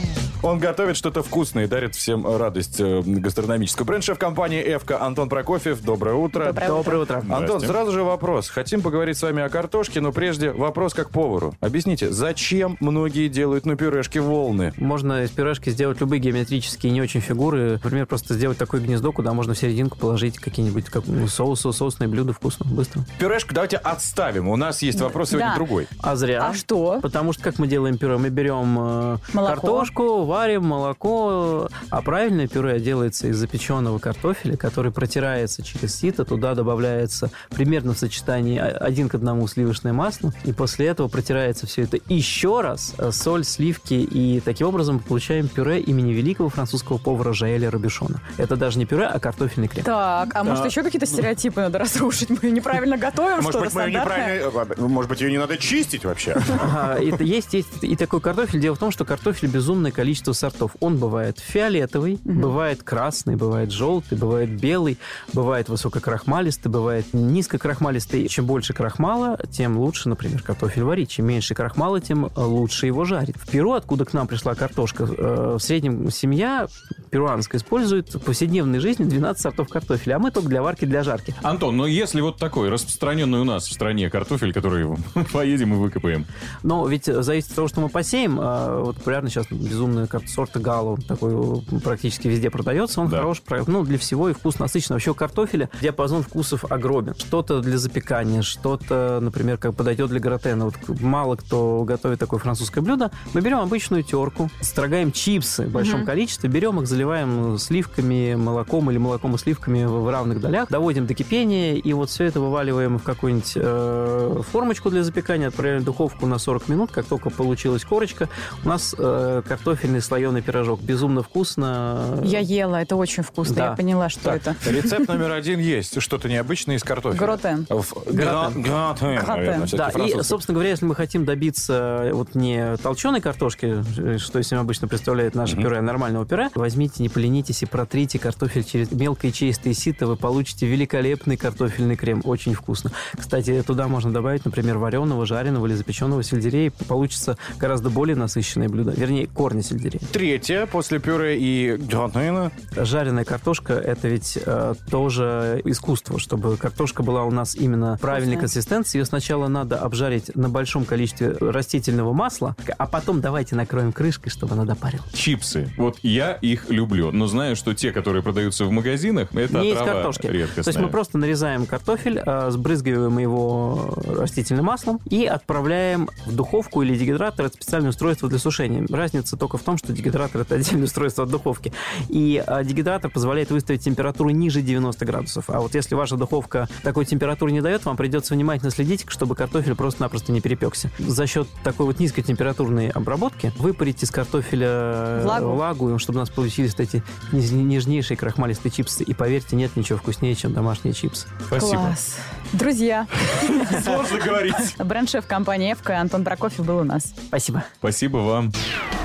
Он готовит что-то вкусное и дарит всем радость э, гастрономическую. Бренд-шеф компании «Эвка» Антон Прокофьев. Доброе утро. Доброе, Доброе утро. утро. Антон, сразу же вопрос. Хотим поговорить с вами о картошке, но прежде вопрос как повару. Объясните, зачем многие делают на пюрешке волны? Можно из пюрешки сделать любые геометрические не очень фигуры. Например, просто сделать такое гнездо, куда можно в серединку положить какие-нибудь как, ну, соусы, соусные блюда вкусно, быстро. Пюрешку давайте отставим. У нас есть вопрос сегодня Да. другой. А зря. А что? Потому что как мы делаем пюре? Мы берем э, Молоко. картошку, варим молоко, а правильное пюре делается из запеченного картофеля, который протирается через сито, туда добавляется примерно в сочетании один к одному сливочное масло, и после этого протирается все это еще раз, э, соль, сливки, и таким образом мы получаем пюре имени великого французского повара Жаэля Робишона. Это даже не пюре, а картофельный крем. Так, а может Да. еще какие-то стереотипы надо разрушить? Мы неправильно готовим Может что-то быть, мы ее стандартное? неправильно... Может быть, ее не надо чистить вообще? Ага, это есть, есть и такой картофель. Дело в том, что картофель безумное количество сортов. Он бывает фиолетовый, бывает красный, бывает желтый, бывает белый, бывает высококрахмалистый, бывает низкокрахмалистый. Чем больше крахмала, тем лучше, например, картофель варить. Чем меньше крахмала, тем лучше его жарить. В Перу, откуда к нам пришла картошка, э, в среднем семья перуанская использует в повседневной жизни двенадцать сортов картофеля, а мы только для варки, для жарки. Антон, но если вот такой распространенный у нас в стране картофель, который поедем и выкопаем. Но ведь зависит от того, что мы посеем. А, вот популярно сейчас безумный карт сорта Гало, такой практически везде продается. Он Да. хорош, про- ну, для всего и вкус насыщенный. Вообще у картофеля диапазон вкусов огромен. Что-то для запекания, что-то, например, как подойдет для гратена. Вот мало кто готовит такое французское блюдо. Мы берем обычную терку, строгаем чипсы в большом Мгм. количестве, берем их, заливаем сливками, молоком или молоком и сливками в равных долях, доводим до кипения, и вот все это вываливаем в какую-нибудь э, формочку для запекания, отправляем в духовку на сорок минут. Как только получилась корочка, у нас э, картофельный слоеный пирожок. Безумно вкусно. Я ела, это очень вкусно, Да. я поняла, что Так, это. рецепт номер один есть. Что-то необычное из картофеля. Гратен. В- Гратен. гра- Гратен, наверное, всякий Да, и, французский. собственно говоря, если мы хотим добиться вот не толченой картошки, э, что из себя обычно представляет наше Мгм. пюре, а нормального пюре, возьмите, не поленитесь и протрите картофель через мелкое чистое сито, вы получите великолепный картофельный крем. Очень вкусно. Кстати, туда можно добавить, например, вареного, жареного или запеченного сельдерея, и получится гораздо более насыщенное блюдо. Вернее, корни сельдерея. Третье после пюре и гратена. Жареная картошка — это ведь э, тоже искусство, чтобы картошка была у нас именно правильной Вкусная. консистенции. Ее сначала надо обжарить на большом количестве растительного масла, а потом давайте накроем крышкой, чтобы она допарилась. Чипсы. Вот я их люблю, но знаю, что те, которые продаются в магазинах, это Не из отрава картошки. редкостная. То есть мы просто нарезаем картофель, э, сбрызгиваем его растительным маслом и отправляем в духовку или дегидратор. Это специальное устройство для сушения. Разница только в том, что дегидратор — это отдельное устройство от духовки. И э, дегидратор позволяет выставить температуру ниже девяноста градусов. А вот если ваша духовка такой температуры не дает, вам придется внимательно следить, чтобы картофель просто-напросто не перепекся. За счет такой вот низкой температурной обработки выпарить из картофеля Влагу. влагу, чтобы у нас получились эти низ- нежнейшие крахмалистые чипсы. И поверьте, нет ничего вкуснее, чем домашние чипсы. Спасибо. Класс. Друзья, Сложно говорить. бренд-шеф компании «Эвка» Антон Прокофьев был у нас. Спасибо. Спасибо вам.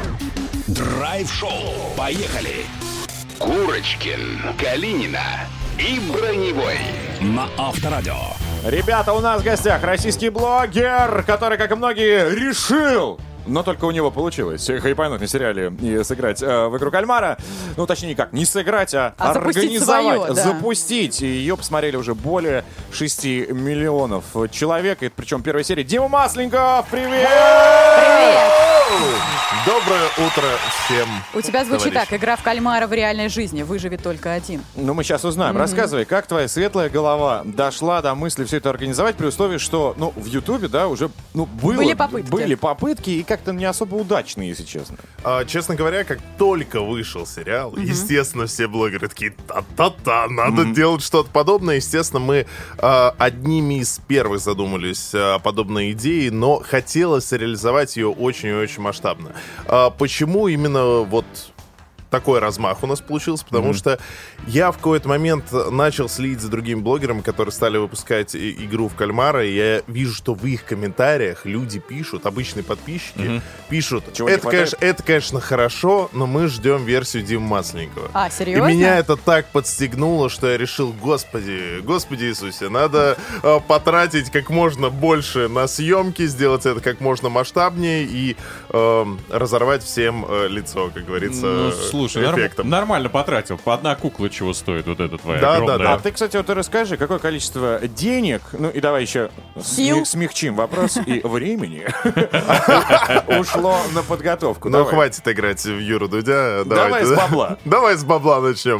Драйв-шоу. Поехали. Курочкин, Калинина и Броневой на Авторадио. Ребята, у нас в гостях российский блогер, который, как и многие, решил... Но только у него получилось хайпануть на сериале и сыграть э, в игру кальмара. Ну, точнее, никак, не сыграть, а, А запустить организовать, свою, да. запустить. И ее посмотрели уже более шести миллионов человек. И причем первая серия. Дима Масленников, привет! Привет! Доброе утро всем. У тебя звучит товарищи. так: игра в кальмара в реальной жизни. Выживет только один. Ну, мы сейчас узнаем. Мгм. Рассказывай, как твоя светлая голова дошла до мысли все это организовать, при условии, что, ну, в Ютубе, да, уже, ну, было, Были попытки. были попытки, и как-то не особо удачные, если честно. А, честно говоря, как только вышел сериал, естественно, все блогеры такие: та-та-та, надо делать что-то подобное. Естественно, мы а, одними из первых задумались о подобной идее, но хотелось реализовать ее очень и очень масштабно. А, почему именно вот такой размах у нас получился, потому mm-hmm. что я в какой-то момент начал следить за другими блогерами, которые стали выпускать и- игру в кальмара, и я вижу, что в их комментариях люди пишут, обычные подписчики mm-hmm. пишут, это конечно, это, конечно, хорошо, но мы ждем версию Димы Масленникова. А, серьезно? И меня это так подстегнуло, что я решил, господи, господи Иисусе, надо э, потратить как можно больше на съемки, сделать это как можно масштабнее и э, разорвать всем э, лицо, как говорится, ну, слушай, эффектом. Норм, нормально потратил. По одна кукла чего стоит вот эта твоя да, огромная. Да, да. А ты, кстати, вот расскажи, какое количество денег, ну и давай еще Сил. смех, смягчим вопрос, и времени ушло на подготовку. Ну, хватит играть в Юру Дудя. Давай с бабла. Давай с бабла начнем.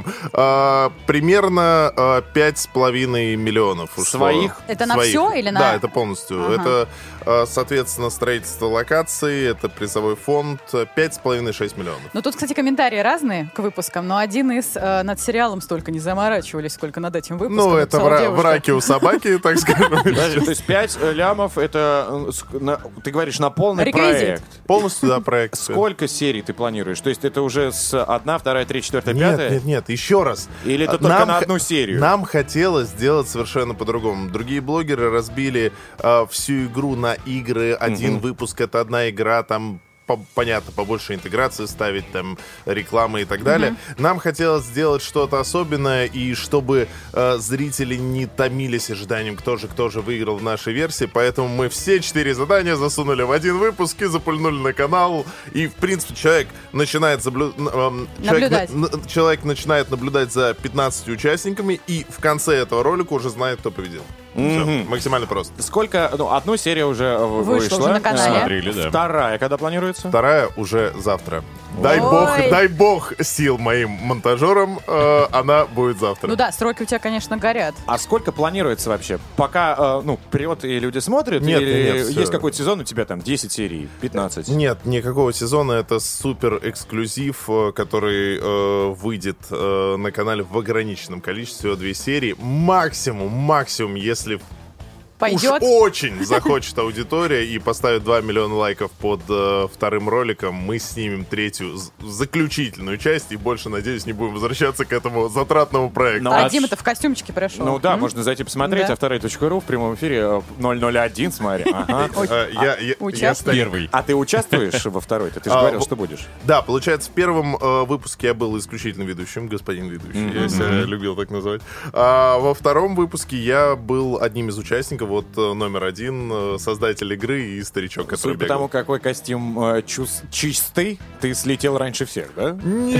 Примерно пять с половиной миллионов ушло. Своих? Это на все или на... Да, это полностью. Это, соответственно, строительство локаций, это призовой фонд, пять с половиной-шесть миллионов. Ну, тут, кстати, комментарии разные к выпускам, но один из э, над сериалом столько не заморачивались, сколько над этим выпуском. Ну, это в, в раке у собаки, так скажем. Подожди, то есть пять лямов, это, ты говоришь, на полный Реквизит. проект? Полностью, да, проект. Сколько серий ты планируешь? То есть это уже с одна, вторая, третья, четвертая, нет, пятая? Нет, нет, еще раз. Или это только нам на одну серию? Нам хотелось сделать совершенно по-другому. Другие блогеры разбили э, всю игру на игры. Один mm-hmm. выпуск — это одна игра, там по, понятно, побольше интеграции ставить, там, рекламы и так далее. Mm-hmm. Нам хотелось сделать что-то особенное, и чтобы э, зрители не томились ожиданием, кто же, кто же выиграл в нашей версии, поэтому мы все четыре задания засунули в один выпуск и запульнули на канал, и, в принципе, человек начинает заблю... э, наблюдать. Человек, на, человек начинает наблюдать за пятнадцатью участниками, и в конце этого ролика уже знает, кто победил. Mm-hmm. Все, максимально просто. Сколько, ну, одну серию уже вышла. Вышла уже на канале. Смотрели, да. Вторая когда планируется? Вторая уже завтра. Дай Ой. бог, дай бог сил моим монтажерам, э, она будет завтра. Ну да, сроки у тебя, конечно, горят. А сколько планируется вообще? Пока, э, ну, прет и люди смотрят? Нет, или нет, нет, есть всё. какой-то сезон у тебя там десять серий, пятнадцать? Нет, никакого сезона. Это супер эксклюзив, э, который э, выйдет э, на канале в ограниченном количестве, две серии. Максимум, максимум, если Пойдет. уж очень захочет аудитория и поставит два миллиона лайков под э, вторым роликом, мы снимем третью, з- заключительную часть, и больше, надеюсь, не будем возвращаться к этому затратному проекту. Ну, а а Дима-то в костюмчике пришел. Ну да, М? можно зайти посмотреть, Да. авторейт точка ру в прямом эфире э, ноль ноль один, смотри. Ага. Э, я- я- я Участвуй. старик. Первый. А ты участвуешь во второй? Ты же А, говорил, в- что будешь. Да, получается, в первом э, выпуске я был исключительно ведущим, господин ведущий, я себя любил так называть. А во втором выпуске я был одним из участников, вот э, номер один, э, создатель игры и старичок, который Судя по бегал. тому, какой костюм э, чус- чистый, ты слетел раньше всех, да?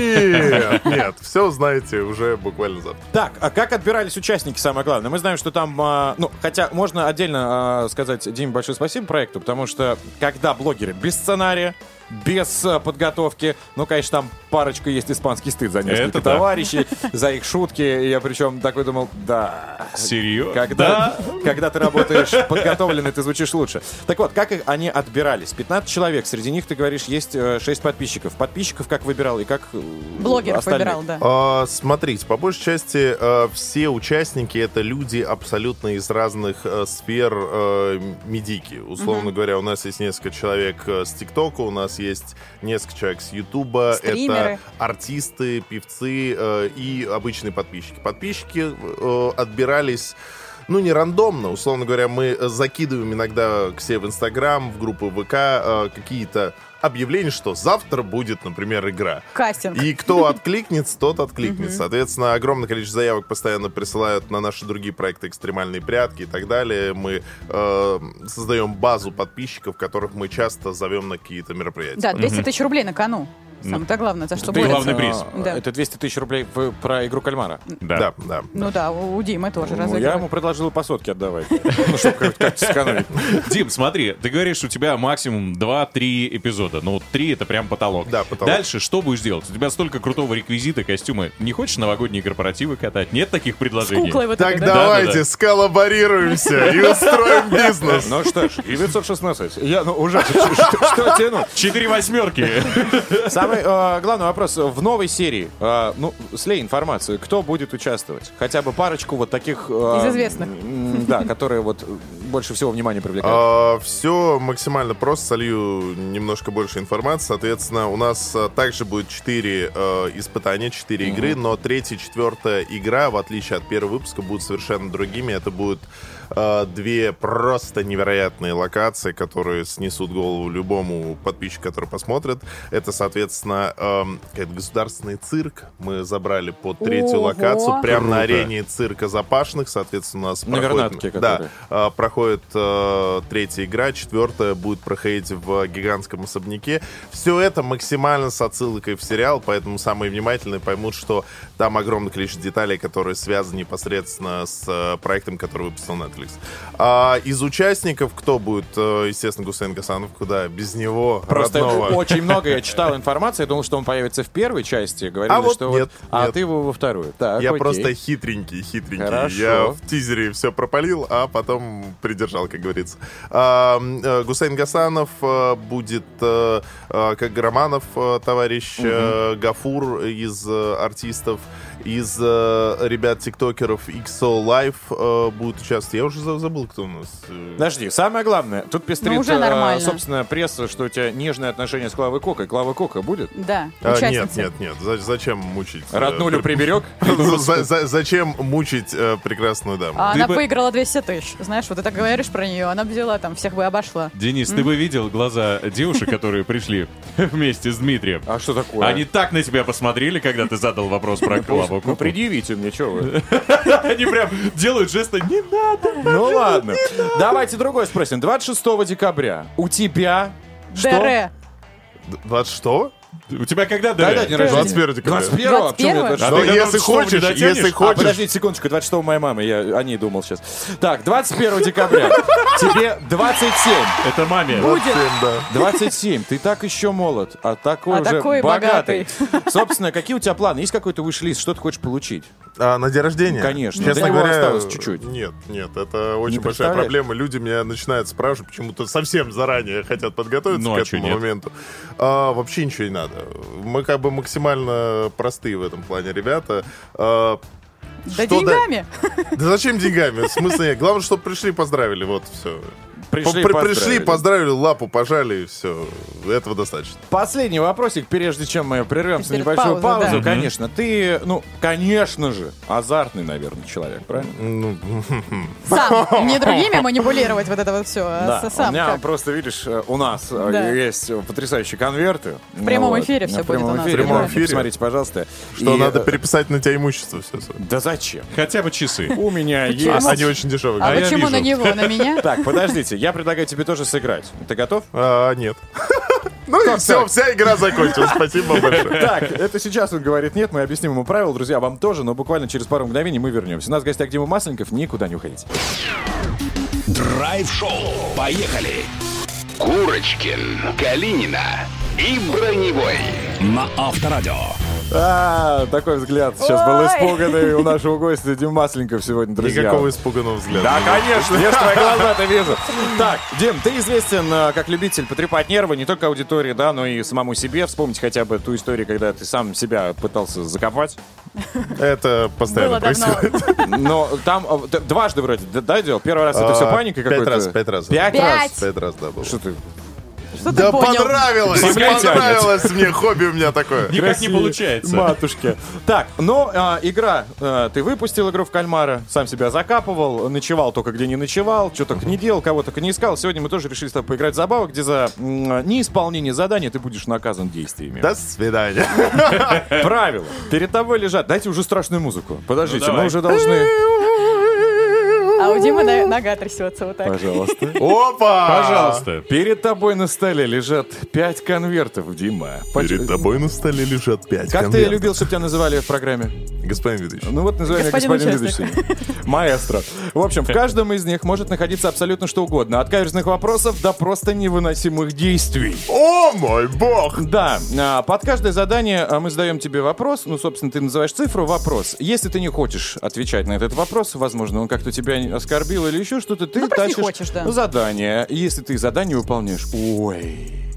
Нет, нет, все узнаете уже буквально завтра. Так, а как отбирались участники, самое главное? Мы знаем, что там, а, ну, хотя можно отдельно а, сказать Диме большое спасибо проекту, потому что когда блогеры без сценария, без а, подготовки, ну, конечно, там парочка есть испанский стыд за несколько Это да. товарищей, за их шутки. И я причем такой думал, да. Серьезно? Когда, когда ты работаешь подготовленный, ты звучишь лучше. Так вот, как их- они отбирались? пятнадцать человек, среди них, ты говоришь, есть э, шесть подписчиков. Подписчиков как выбирал и как э, Блогеров остальных? выбирал, да. А, смотрите, по большей части э, все участники — это люди абсолютно из разных э, сфер э, медики. Условно говоря, у нас есть несколько человек э, с ТикТока, у нас есть несколько человек с Ютуба, Стримеры. это артисты, певцы э, и обычные подписчики. Подписчики э, отбирались, ну, не рандомно. Условно говоря, мы закидываем иногда к себе в Инстаграм, в группу ВК э, какие-то объявления, что завтра будет, например, игра. Кастинг. И кто откликнется, тот откликнется. Мгм. Соответственно, огромное количество заявок постоянно присылают на наши другие проекты, экстремальные прятки и так далее. Мы э, создаем базу подписчиков, которых мы часто зовем на какие-то мероприятия. Да, двести тысяч рублей на кону. Самое-то главное, за что Это борется. главный приз. Да. Это двести тысяч рублей в- про игру кальмара. Да, да. Ну да, у у Димы тоже Ну, я разыгрывают. ему предложил по сотке отдавать. Ну, чтобы как- как-то сэкономить. Дим, смотри, ты говоришь, у тебя максимум два-три эпизода. Ну, три — это прям потолок. Да, потолок. Дальше что будешь делать? У тебя столько крутого реквизита, костюма. Не хочешь новогодние корпоративы катать? Нет таких С предложений? куклой вот Так этой, да? давайте Да-да-да. сколлаборируемся и устроим бизнес. Ну что ж, девятьсот шестнадцать. Я, ну, уже, что, что тяну? Четыре восьмерки. Самый э, главный вопрос. В новой серии, э, ну, слей информацию, кто будет участвовать? Хотя бы парочку вот таких... э, Из известных. м, Да, которые вот больше всего внимания привлекает? Все максимально просто, солью немножко больше информации. Соответственно, у нас а, также будет четыре э, испытания, четыре mm-hmm. игры, но третья и четвертая игра, в отличие от первого выпуска, будут совершенно другими. Это будут э, две просто невероятные локации, которые снесут голову любому подписчику, который посмотрит. Это, соответственно, э, какой-то государственный цирк. Мы забрали под третью Ого. локацию, прямо Круто. на арене цирка Запашных. Соответственно, у нас На проходит, вернатке, да, которые. э, проходит э, третья игра, четвертая будет проходить в гигантском особняке. Все это максимально с отсылкой в сериал, поэтому самые внимательные поймут, что там огромное количество деталей, которые связаны непосредственно с э, проектом, который выпустил Netflix. А из участников кто будет? Э, естественно, Гусейн Гасанов, куда без него, Просто родного. очень много я читал информации, я думал, что он появится в первой части, говорили, А вот что нет, а нет. ты его во вторую. Так, Я окей. просто хитренький, хитренький. Хорошо. Я в тизере все пропалил, а потом придержал, как говорится. А, э, Гусейн Гасанов э, будет э, э, как Романов, э, товарищ, э, Гафур из э, артистов, из э, ребят-тиктокеров икс о Live э, будет участвовать. Я уже за- забыл, кто у нас. э. Подожди, самое главное, тут пестрит, Ну, уже э, нормально. собственно, пресса, что у тебя нежные отношения с Клавой Кокой. Клава Кока будет? Да, А, нет, участница. нет, нет. За- зачем мучить? э, Роднулю при- приберег? За- за- Зачем мучить э, прекрасную даму? А Ты она бы- выиграла двести тысяч. Знаешь, вот ты так говоришь про нее, она бы взяла там, всех бы обошла. Денис, ты М? бы видел глаза девушек, которые пришли вместе с Дмитрием? А что такое? Они так на тебя посмотрели, когда ты задал вопрос про Клаву Ну, Коку. предъявите мне, что вы. Они прям делают жесты «не надо». Ну ладно. Давайте другой спросим. двадцать шестого декабря у тебя что? ДР. двадцать что? У тебя когда Когда ДР? день рождения? двадцать первого декабря. двадцать первого? А почему двадцать первого? мне это- А Ну, ты до если двадцать шестого не хочешь, дотянешь? если А, хочешь. подождите секундочку, двадцать шестого моей мамы, я о ней думал сейчас. Так, двадцать первого декабря, тебе двадцать семь. Это маме. Будет. да. двадцать семь, ты так еще молод, а такой А уже такой богатый. Собственно, какие у тебя планы? Есть какой-то виш-лист, что ты хочешь получить? А, на день рождения? Конечно. Честно До него говоря, осталось чуть-чуть. Нет, нет, это очень большая представляешь? проблема. Люди меня начинают спрашивать, почему-то совсем заранее хотят подготовиться Ну, к а этому чё нет? моменту. А, вообще ничего не надо. Мы как бы максимально простые в этом плане ребята. А, Да что деньгами. Да зачем деньгами? В смысле, главное, чтобы пришли, поздравили, вот все. Пришли, При- поздравили. пришли, поздравили, лапу пожали, и все. Этого достаточно. Последний вопросик, прежде чем мы прервемся на Перед небольшую паузой, паузу. да. Конечно, ты, ну, конечно же, азартный, наверное, человек, правильно? Ну, Сам. Не другими манипулировать вот это вот все, Да, а у сам меня как. просто, видишь, э, у нас э, Да. есть потрясающие конверты. В прямом Вот. эфире всё В прямом будет у нас. эфире, В прямом да. эфире. Посмотрите, пожалуйста. Что И, надо э, переписать на тебя имущество все. Да зачем? Хотя бы часы. У меня Почему? есть... Они очень дешевые. А А я почему вижу. на него, на меня? Так, подождите, я предлагаю тебе тоже сыграть. Ты готов? А, нет. Ну и все, вся игра закончилась. Спасибо большое. Так, это сейчас он говорит нет, мы объясним ему правила, друзья, вам тоже, но буквально через пару мгновений мы вернемся. У нас в гостях Дима Масленников, никуда не уходите. Драйв-шоу. Поехали. Курочкин, Калинина и Броневой на Авторадио. А, такой взгляд сейчас был Ой. испуганный у нашего гостя Дим Масленников сегодня, друзья. Никакого испуганного взгляда. Да, конечно, я же твои глаза-то вижу. Так, Дим, ты известен э, как любитель потрепать нервы не только аудитории, да, но и самому себе. Вспомните хотя бы ту историю, когда ты сам себя пытался закопать. Это постоянно Было давно. происходит. Но там э, т- дважды вроде, да, да, делал? Первый раз это все А, паника Пять какой-то? раз, пять раз. Пять Пять. раз? Пять раз, да, было. Что ты? Что Да ты понял? понравилось, Земля понравилось мне, хобби у меня такое. Никак не получается. Матушки. Так, ну, а, игра. а, ты выпустил игру в кальмара, сам себя закапывал, ночевал только где не ночевал, что только не делал, кого только не искал. Сегодня мы тоже решили с тобой поиграть в забаву, где за м, неисполнение задания ты будешь наказан действиями. До свидания. Правила. Перед тобой лежат. Дайте уже страшную музыку. Подождите, Ну, давай. мы уже должны... А у Димы на- нога трясется вот так. Пожалуйста. Опа! Пожалуйста. Перед тобой на столе лежат пять конвертов, Дима. Перед тобой на столе лежат пять Как ты конвертов. любил, чтобы тебя называли в программе? Господин ведущий. Ну вот называй меня Господин господин участник. ведущий. Маэстро. В общем, в каждом из них может находиться абсолютно что угодно. От каверзных вопросов до просто невыносимых действий. О мой бог! Да, а, под каждое задание а, мы задаем тебе вопрос. Ну, собственно, ты называешь цифру, вопрос. Если ты не хочешь отвечать на этот вопрос, возможно, он как-то тебя оскорбил или еще что-то, ты Ну, просто не тащишь хочешь, да. задание. И если ты задание выполняешь, ой...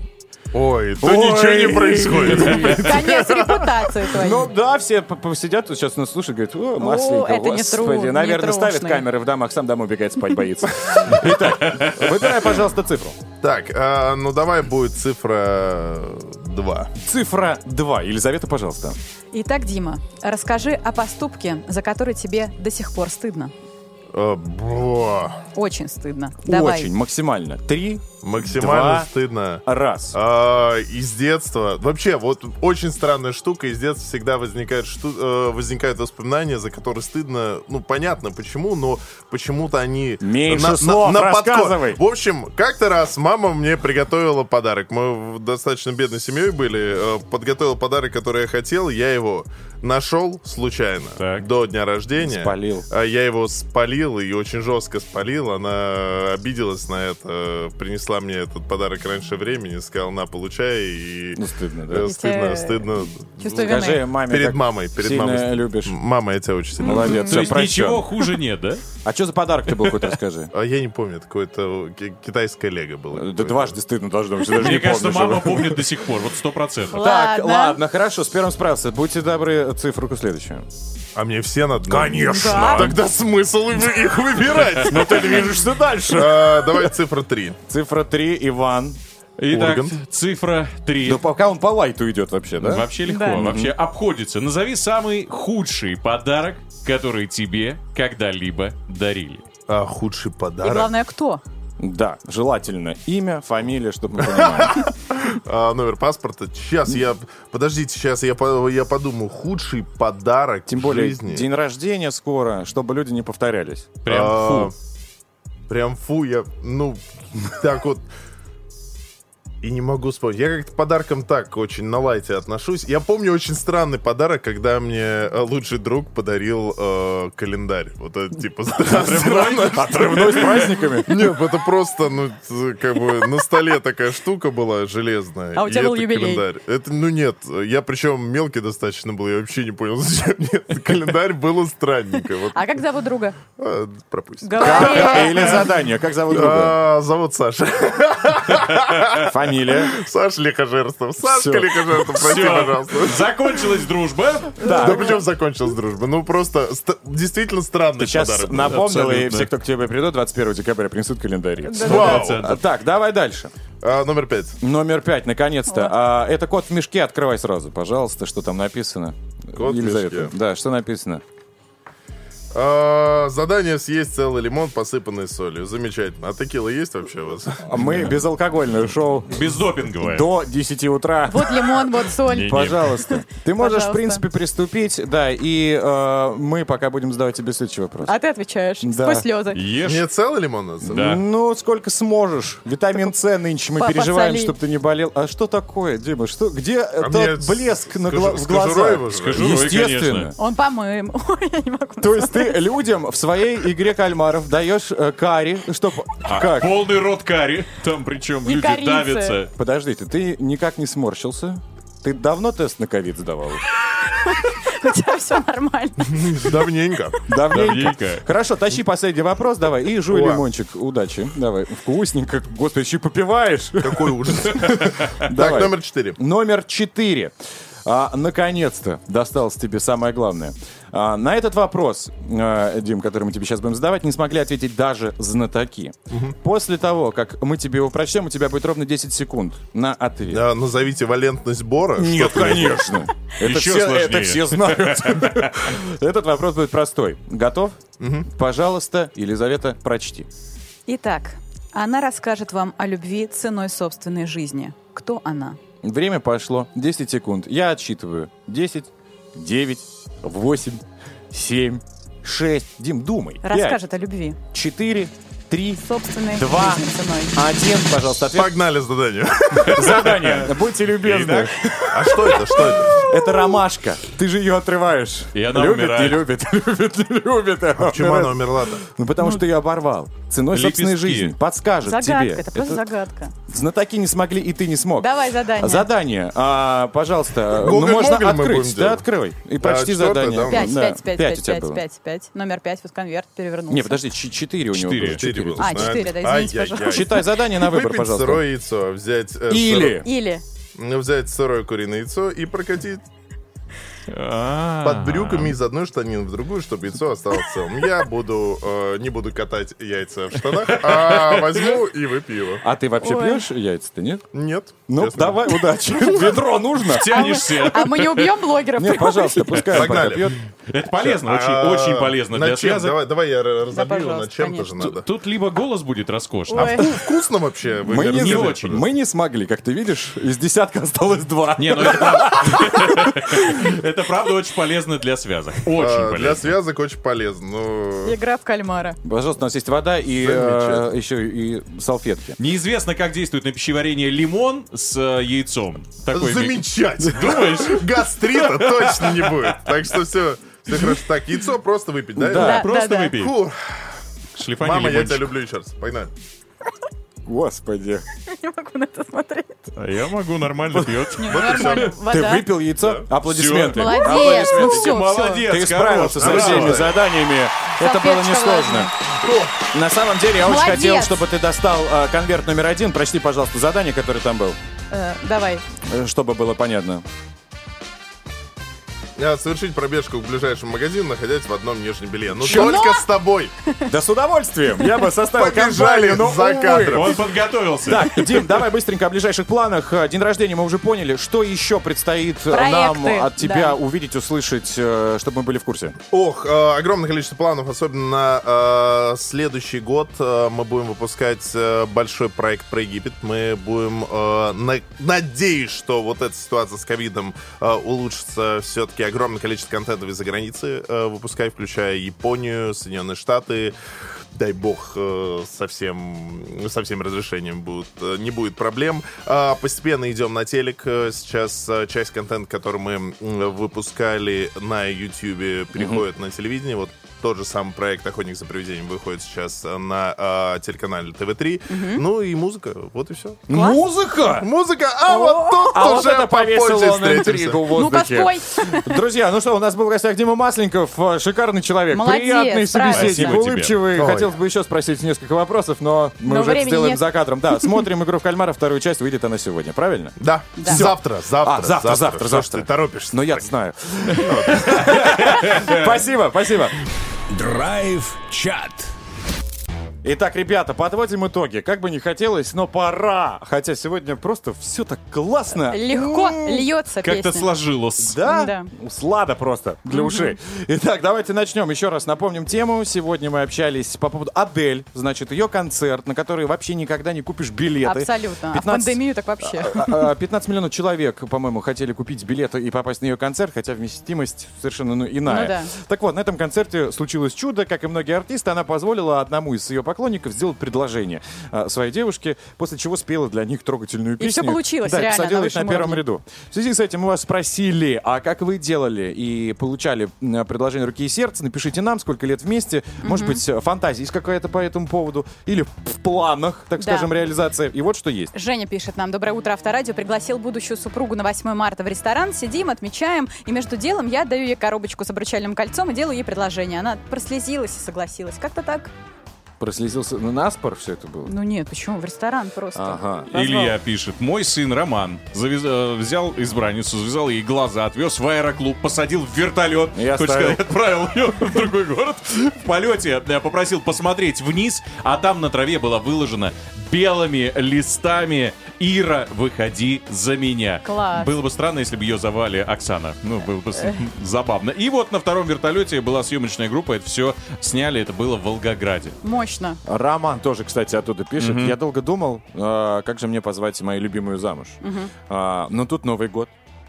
Ой, то Ой. ничего не происходит. Конец репутации твоей. Ну да, все по- посидят, тут сейчас нас слушают, говорят, о, масленько, это не господи, тру- не наверное, ставят трушный. камеры в домах, сам домой убегает, спать боится. Итак, выбирай, пожалуйста, цифру. Так, а, ну давай будет цифра два. Цифра два. Елизавета, пожалуйста. Итак, Дима, расскажи о поступке, за который тебе до сих пор стыдно. А, бро. Очень стыдно. Давай. Очень, максимально. Три, Максимально два, стыдно. раз. А, из детства. Вообще, вот очень странная штука. Из детства всегда возникают, шту- э, возникают воспоминания, за которые стыдно. Ну, понятно почему, но почему-то они... Меньше слов, подкор- рассказывай. В общем, как-то раз мама мне приготовила подарок. Мы в достаточно бедной семьей были. Э, подготовила подарок, который я хотел. Я его нашел случайно до дня рождения. Спалил. А я его спалил, и очень жестко спалил. Она обиделась на это, принесла мне этот подарок раньше времени, сказала, на, получай. И... Ну, стыдно, да? Э, И Стыдно, тебе стыдно. чувство вины. Скажи маме, Перед как мамой, перед сильно мамой. любишь. Мама, я тебя очень сильно Молодец, люблю. всё, То есть прощен. ничего хуже нет, да? А что за подарок-то был, хоть расскажи? А я не помню, это какое-то ки- китайское лего было. Да дважды стыдно должно быть. я даже Мне не кажется, помню, мама что- помнит до сих пор, вот сто процентов. Так, Ладно. ладно, хорошо, с первым справился. Будьте добры, цифру следующую. А мне все надо? Конечно. Да. Тогда смысл и- их выбирать. Ну ты движешься дальше. А, Давай цифра три. Цифра три, Иван. Итак, Ургант. цифра три. Да пока он по лайту идет вообще, да? Вообще легко, Да. вообще обходится. Назови самый худший подарок, который тебе когда-либо дарили. А, худший И подарок. главное, кто? Да, желательно имя, фамилия, чтобы мы понимали. А, номер паспорта. Сейчас я... Подождите, сейчас я, по- я подумаю. Худший подарок Тем в более, жизни. день рождения скоро, чтобы люди не повторялись. Прям А, фу. Прям фу, я... Ну, так вот... И не могу вспомнить. Я как-то к подаркам так очень на лайте отношусь. Я помню очень странный подарок, когда мне э, лучший друг подарил э, календарь. Вот это типа странно. Отрывной с праздниками? Нет, это просто, ну, т- как бы на столе такая штука была железная. А у и тебя был это юбилей. календарь. Это, ну нет, я причем мелкий достаточно был, я вообще не понял, зачем мне календарь было странненько. Вот, А как зовут друга? а, пропустим. Говори. Или задание, как зовут друга? А, зовут Саша. Фамилия? Саша Лихожерстов. Сашка Всё. Лихожерстов, прости, Всё. пожалуйста. Закончилась дружба. Да причем закончилась дружба. Ну просто ст- действительно странный Ты сейчас подарок. был. напомнил, и Абсолютно. все, кто к тебе придут, двадцать первого декабря принесут календарь. Вау. А, Так, давай дальше. А, номер пять. Номер пять, наконец-то. А, это кот в мешке, открывай сразу, пожалуйста, что там написано. Кот в Елизавета. мешке. Да, что написано? А, задание съесть целый лимон, посыпанный солью. Замечательно. А текила есть вообще у вас? А Мы безалкогольное шоу Бездопинговая. до десяти утра. Вот лимон, вот соль. Не-не. Пожалуйста. Ты можешь, в Пожалуйста. принципе, приступить, да, и э, мы пока будем задавать тебе следующий вопрос. А ты отвечаешь Да. сквозь слезы. Ешь. Не целый лимон надо? Да. Ну, сколько сможешь. Витамин С нынче мы по- переживаем, посоли. чтобы ты не болел. А что такое, Дима? Что, где тот мне блеск с- на с гла- кожу- в с кожурой его глазах? же? С кожурой, Естественно. конечно. Он помоем. Ой, я не могу. То есть ты людям в своей игре кальмаров даешь э, карри, чтоб... А, Как? полный рот карри. Там причем И люди корицы. давятся. Подождите, ты никак не сморщился? Ты давно тест на ковид сдавал? У тебя все нормально. Давненько. Давненько. Давненько. Хорошо, тащи последний вопрос давай. И жуй О. лимончик. Удачи. Давай. Вкусненько. Господи, еще и попиваешь. Какой ужас. Так, Давай. номер четыре. Номер четыре. А, наконец-то досталось тебе самое главное. А, на этот вопрос, а, Дим, который мы тебе сейчас будем задавать, не смогли ответить даже знатоки. После того, как мы тебе его прочтем, у тебя будет ровно десять секунд на ответ. А, назовите валентность Бора. Нет, Что-то- конечно. Это Еще все, сложнее. это все знают. Этот вопрос будет простой. Готов? Пожалуйста, Елизавета, прочти. Итак, она расскажет вам о любви ценой собственной жизни. Кто она? Время пошло. десять секунд. Я отсчитываю. десять, девять, восемь, семь, шесть. Дим, думай. Расскажет о любви. четыре, три, Собственной два, жизни ценой. один. Пожалуйста, ответ. Погнали задание. Задание. Будьте любезны. А что это? Что это? Это ромашка. Ты же ее отрываешь. И она любит, умирает. не любит, любит, не любит. Почему она умерла-то? Ну, потому что ты ее оборвал. ценой собственной Лепестки. жизни. Подскажет Загадка, тебе. это просто загадка. Знатоки не смогли, и ты не смог. Давай задание. Задание. А, пожалуйста, Гоголь, ну можно Гоголь мы будем открыть. Да, делать. открой. И прочти А, четвертое, задание. да? Пять, Да. пять, пять, Пять у пять, тебя пять, было. пять, пять. Номер пять, вот конверт перевернулся. Не, подожди, ч- четыре у него Четыре. было. Четыре было. А, четыре, да, извините, Ай-яй-яй. пожалуйста. Читай задание на выбор, Выпить пожалуйста. сырое яйцо, взять... э, Или... Или. сырое- взять сырое куриное яйцо и прокатить А. под брюками из одной штанины в другую, чтобы яйцо осталось целым. Я буду, э, не буду катать яйца в штанах, а возьму и выпью его. А ты вообще Ой. пьешь яйца-то, нет? Нет. Ну, честно. давай, удачи. Ведро нужно? Тянешься. А мы не убьем блогеров? Нет, пожалуйста, пускай он пока Погнали. пьет. Это полезно, очень, А, очень полезно на для чем? связок. Давай, давай я р- разобью, пожалуйста, на чем тоже конечно. надо. Тут либо голос будет роскошный. А Ой. вку- вкусно вообще? Вы Мы мне не, расскажите, очень. пожалуйста. мы не смогли, как ты видишь, из десятка осталось два. Не, ну это правда, это правда очень полезно для связок. Очень А, Для полезно. связок очень полезно. Ну, Игра в кальмара. Пожалуйста, у нас есть вода и Замечательно. э, еще и салфетки. Неизвестно, как действует на пищеварение лимон с э, яйцом. Такой ми- замечательно. Думаешь? Гастрита точно не будет. Так что все, все хорошо. Так, яйцо просто выпить, да? Да. Да, Просто да, да. выпей. Фу. Шлифани Мама, я лимончик. тебя люблю еще раз. Погнали. Господи. Не могу на это смотреть. А я могу, нормально пьет. Не, ну нормально. Ты Вода. выпил яйцо? Аплодисменты. Молодец, ну Аплодисменты. все, Молодец, Ты справился со хорош, всеми браво. заданиями. Это было Салфеточка несложно. На самом деле, я очень Молодец. хотел, чтобы ты достал э, конверт номер один. Прочти, пожалуйста, задание, которое там был, Э, Давай. э, чтобы было понятно. А, Совершить пробежку к ближайшему магазину, находясь в одном нижнем белье. Ну Чё? только с тобой. Да с удовольствием. Я бы составил Побежали компанию, но, за увы. кадром. Он подготовился. Так, Дим, давай быстренько о ближайших планах. Э, День рождения мы уже поняли. Что еще предстоит э, нам Проекты, от тебя да. увидеть, услышать, э, чтобы мы были в курсе? Ох, э, огромное количество планов, особенно на э, следующий год. Э, мы будем выпускать э, большой проект про Египет. Мы будем, э, на- надеюсь, что вот эта ситуация с ковидом э, улучшится. Все-таки огромное количество контента из-за границы э, выпускать, включая Японию, Соединенные Штаты. Дай бог, э, со всем, со всем разрешением будут, э, не будет проблем. А, постепенно идем на телек. Э, Сейчас э, часть контента, который мы м, выпускали на YouTube, переходит на телевидение. Вот тот же самый проект «Охотник за привидением» выходит сейчас э, на э, телеканале тэ вэ три. Ну и музыка, вот и все. Музыка! Музыка, а вот тут А вот уже это повесило попозже на встретимся. интригу в Ну-ка, воздухе. спой. Друзья, ну что, у нас был в гостях Дима Масленников, э, шикарный человек, Молодец, приятный правильно. собеседник, Спасибо тебе. улыбчивый. Ой. Хотелось бы еще спросить несколько вопросов, но мы Но уже это времени сделаем нет. за кадром. Да, смотрим «Игру в кальмара», вторую часть, выйдет она сегодня, правильно? Да. Да. Завтра, завтра, А, завтра, завтра, Что ж завтра. ты торопишься? Ну, я знаю. Спасибо, спасибо. Драйв-чат. Итак, ребята, подводим итоги. Как бы не хотелось, но пора. Хотя сегодня просто все так классно. Легко льется Как-то песня. сложилось. Да? Да. Слада просто для ушей. Итак, давайте начнем. Еще раз напомним тему. Сегодня мы общались по поводу Адель. Значит, ее концерт, на который вообще никогда не купишь билеты. Абсолютно. А в пятнадцать пандемию так вообще. А, а, пятнадцать миллионов человек, по-моему, хотели купить билеты и попасть на ее концерт, хотя вместимость совершенно ну, иная. Ну да. Так вот, на этом концерте случилось чудо. Как и многие артисты, она позволила одному из ее поклонников сделать предложение а, своей девушке, после чего спела для них трогательную песню. И всё получилось, да, реально, посадила на их на высшем первом уровне. ряду. В связи с этим мы вас спросили, а как вы делали и получали м, предложение руки и сердца? Напишите нам, сколько лет вместе. Может быть, фантазия есть какая-то по этому поводу. Или в планах, так Да. скажем, реализация. И вот что есть. Женя пишет нам: доброе утро, Авторадио. Пригласил будущую супругу на восьмое марта в ресторан. Сидим, отмечаем. И между делом я отдаю ей коробочку с обручальным кольцом и делаю ей предложение. Она прослезилась и согласилась. Как-то так. Прослезился на наспор все это было? Ну нет, почему? В ресторан просто. Ага. Позвал. Илья пишет: мой сын Роман завяз- э, взял избранницу, завязал ей глаза, отвез в аэроклуб, посадил в вертолет, И хочешь оставил. сказать, отправил ее в другой город. В полете э, попросил посмотреть вниз, а там на траве была выложена белыми листами: «Ира, выходи за меня». Класс. Было бы странно, если бы ее звали Оксана. Ну, было бы с- забавно. И вот на втором вертолете была съемочная группа, это все сняли, это было в Волгограде. Мощно. Роман тоже, кстати, оттуда пишет. Мгм. Я долго думал, а, как же мне позвать мою любимую замуж. Мгм. А, но тут Новый год.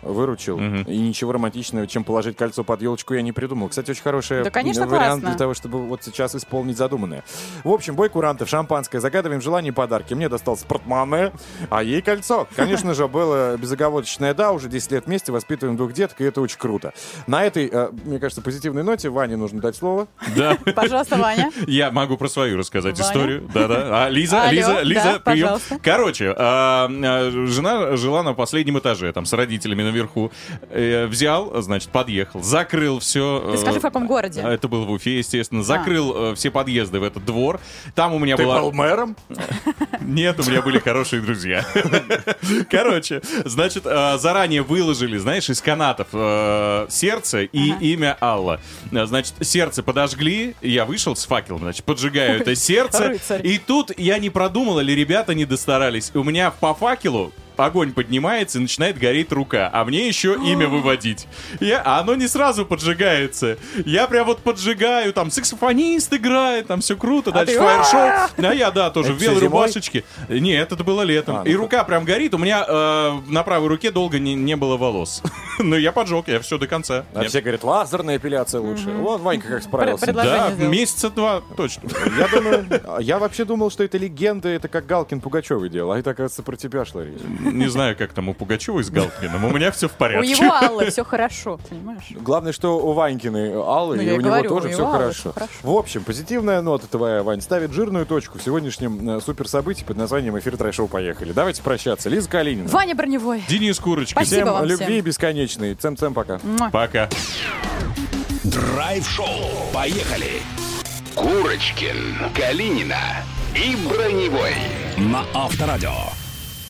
выручил. Mm-hmm. И ничего романтичного, чем положить кольцо под елочку, я не придумал. Кстати, очень хороший да, конечно, вариант классно. для того, чтобы вот сейчас исполнить задуманное. В общем, бой курантов, шампанское, загадываем желания и подарки. Мне досталось портмоне, а ей кольцо. Конечно же, было безоговорочное «да», уже десять лет вместе, воспитываем двух деток, и это очень круто. На этой, мне кажется, позитивной ноте Ване нужно дать слово. Да. Пожалуйста, Ваня. Я могу про свою рассказать Ваня. историю. Да-да. А, Лиза, Алло, Лиза, Лиза, да, прием. пожалуйста. Короче, а, а, жена жила на последнем этаже, там, с родителями наверху. Э, взял, значит, подъехал, закрыл все. Ты скажи, в каком городе? Это было в Уфе, естественно. Закрыл а. все подъезды в этот двор. Там у меня Ты была... был мэром? Нет, у меня были хорошие друзья. Короче, значит, заранее выложили, знаешь, из канатов сердце и имя Алла. Значит, сердце подожгли, я вышел с факелом, значит, поджигаю это сердце. И тут я не продумал, или ребята не достарались. У меня по факелу огонь поднимается и начинает гореть рука, а мне еще имя выводить. Я, а оно не сразу поджигается. Я прям вот поджигаю, там саксофонист играет, там все круто, а дальше ты... фаер-шоу. А я, да, тоже это в белой зимой? рубашечке. Нет, это было летом. А, и ну рука прям горит. У меня э, на правой руке долго не, не было волос. Но я поджег, я все до конца. А все говорят, лазерная эпиляция лучше. Mm-hmm. Вот Ванька как справился. Да, месяца два точно. Я думаю, я вообще думал, что это легенда, это как Галкин Пугачевой делал. А это, оказывается, про тебя шла речь. Не знаю, как там у Пугачевой с Галкиным. У меня все в порядке. У его Аллы все хорошо, понимаешь? Главное, что у Ванькиной Аллы, ну, и у него говорю, тоже у все Аллы хорошо. все хорошо. В общем, позитивная нота твоя, Вань, ставит жирную точку в сегодняшнем суперсобытии под названием «Эфир Трэш-шоу». Поехали. Давайте прощаться. Лиза Калинина. Ваня Броневой. Денис Курочкин. Спасибо всем вам любви всем. бесконечной. Цем-цем, пока. Муа. Пока. Драйв-шоу. Поехали. Курочкин, Калинина и Броневой на Авторадио.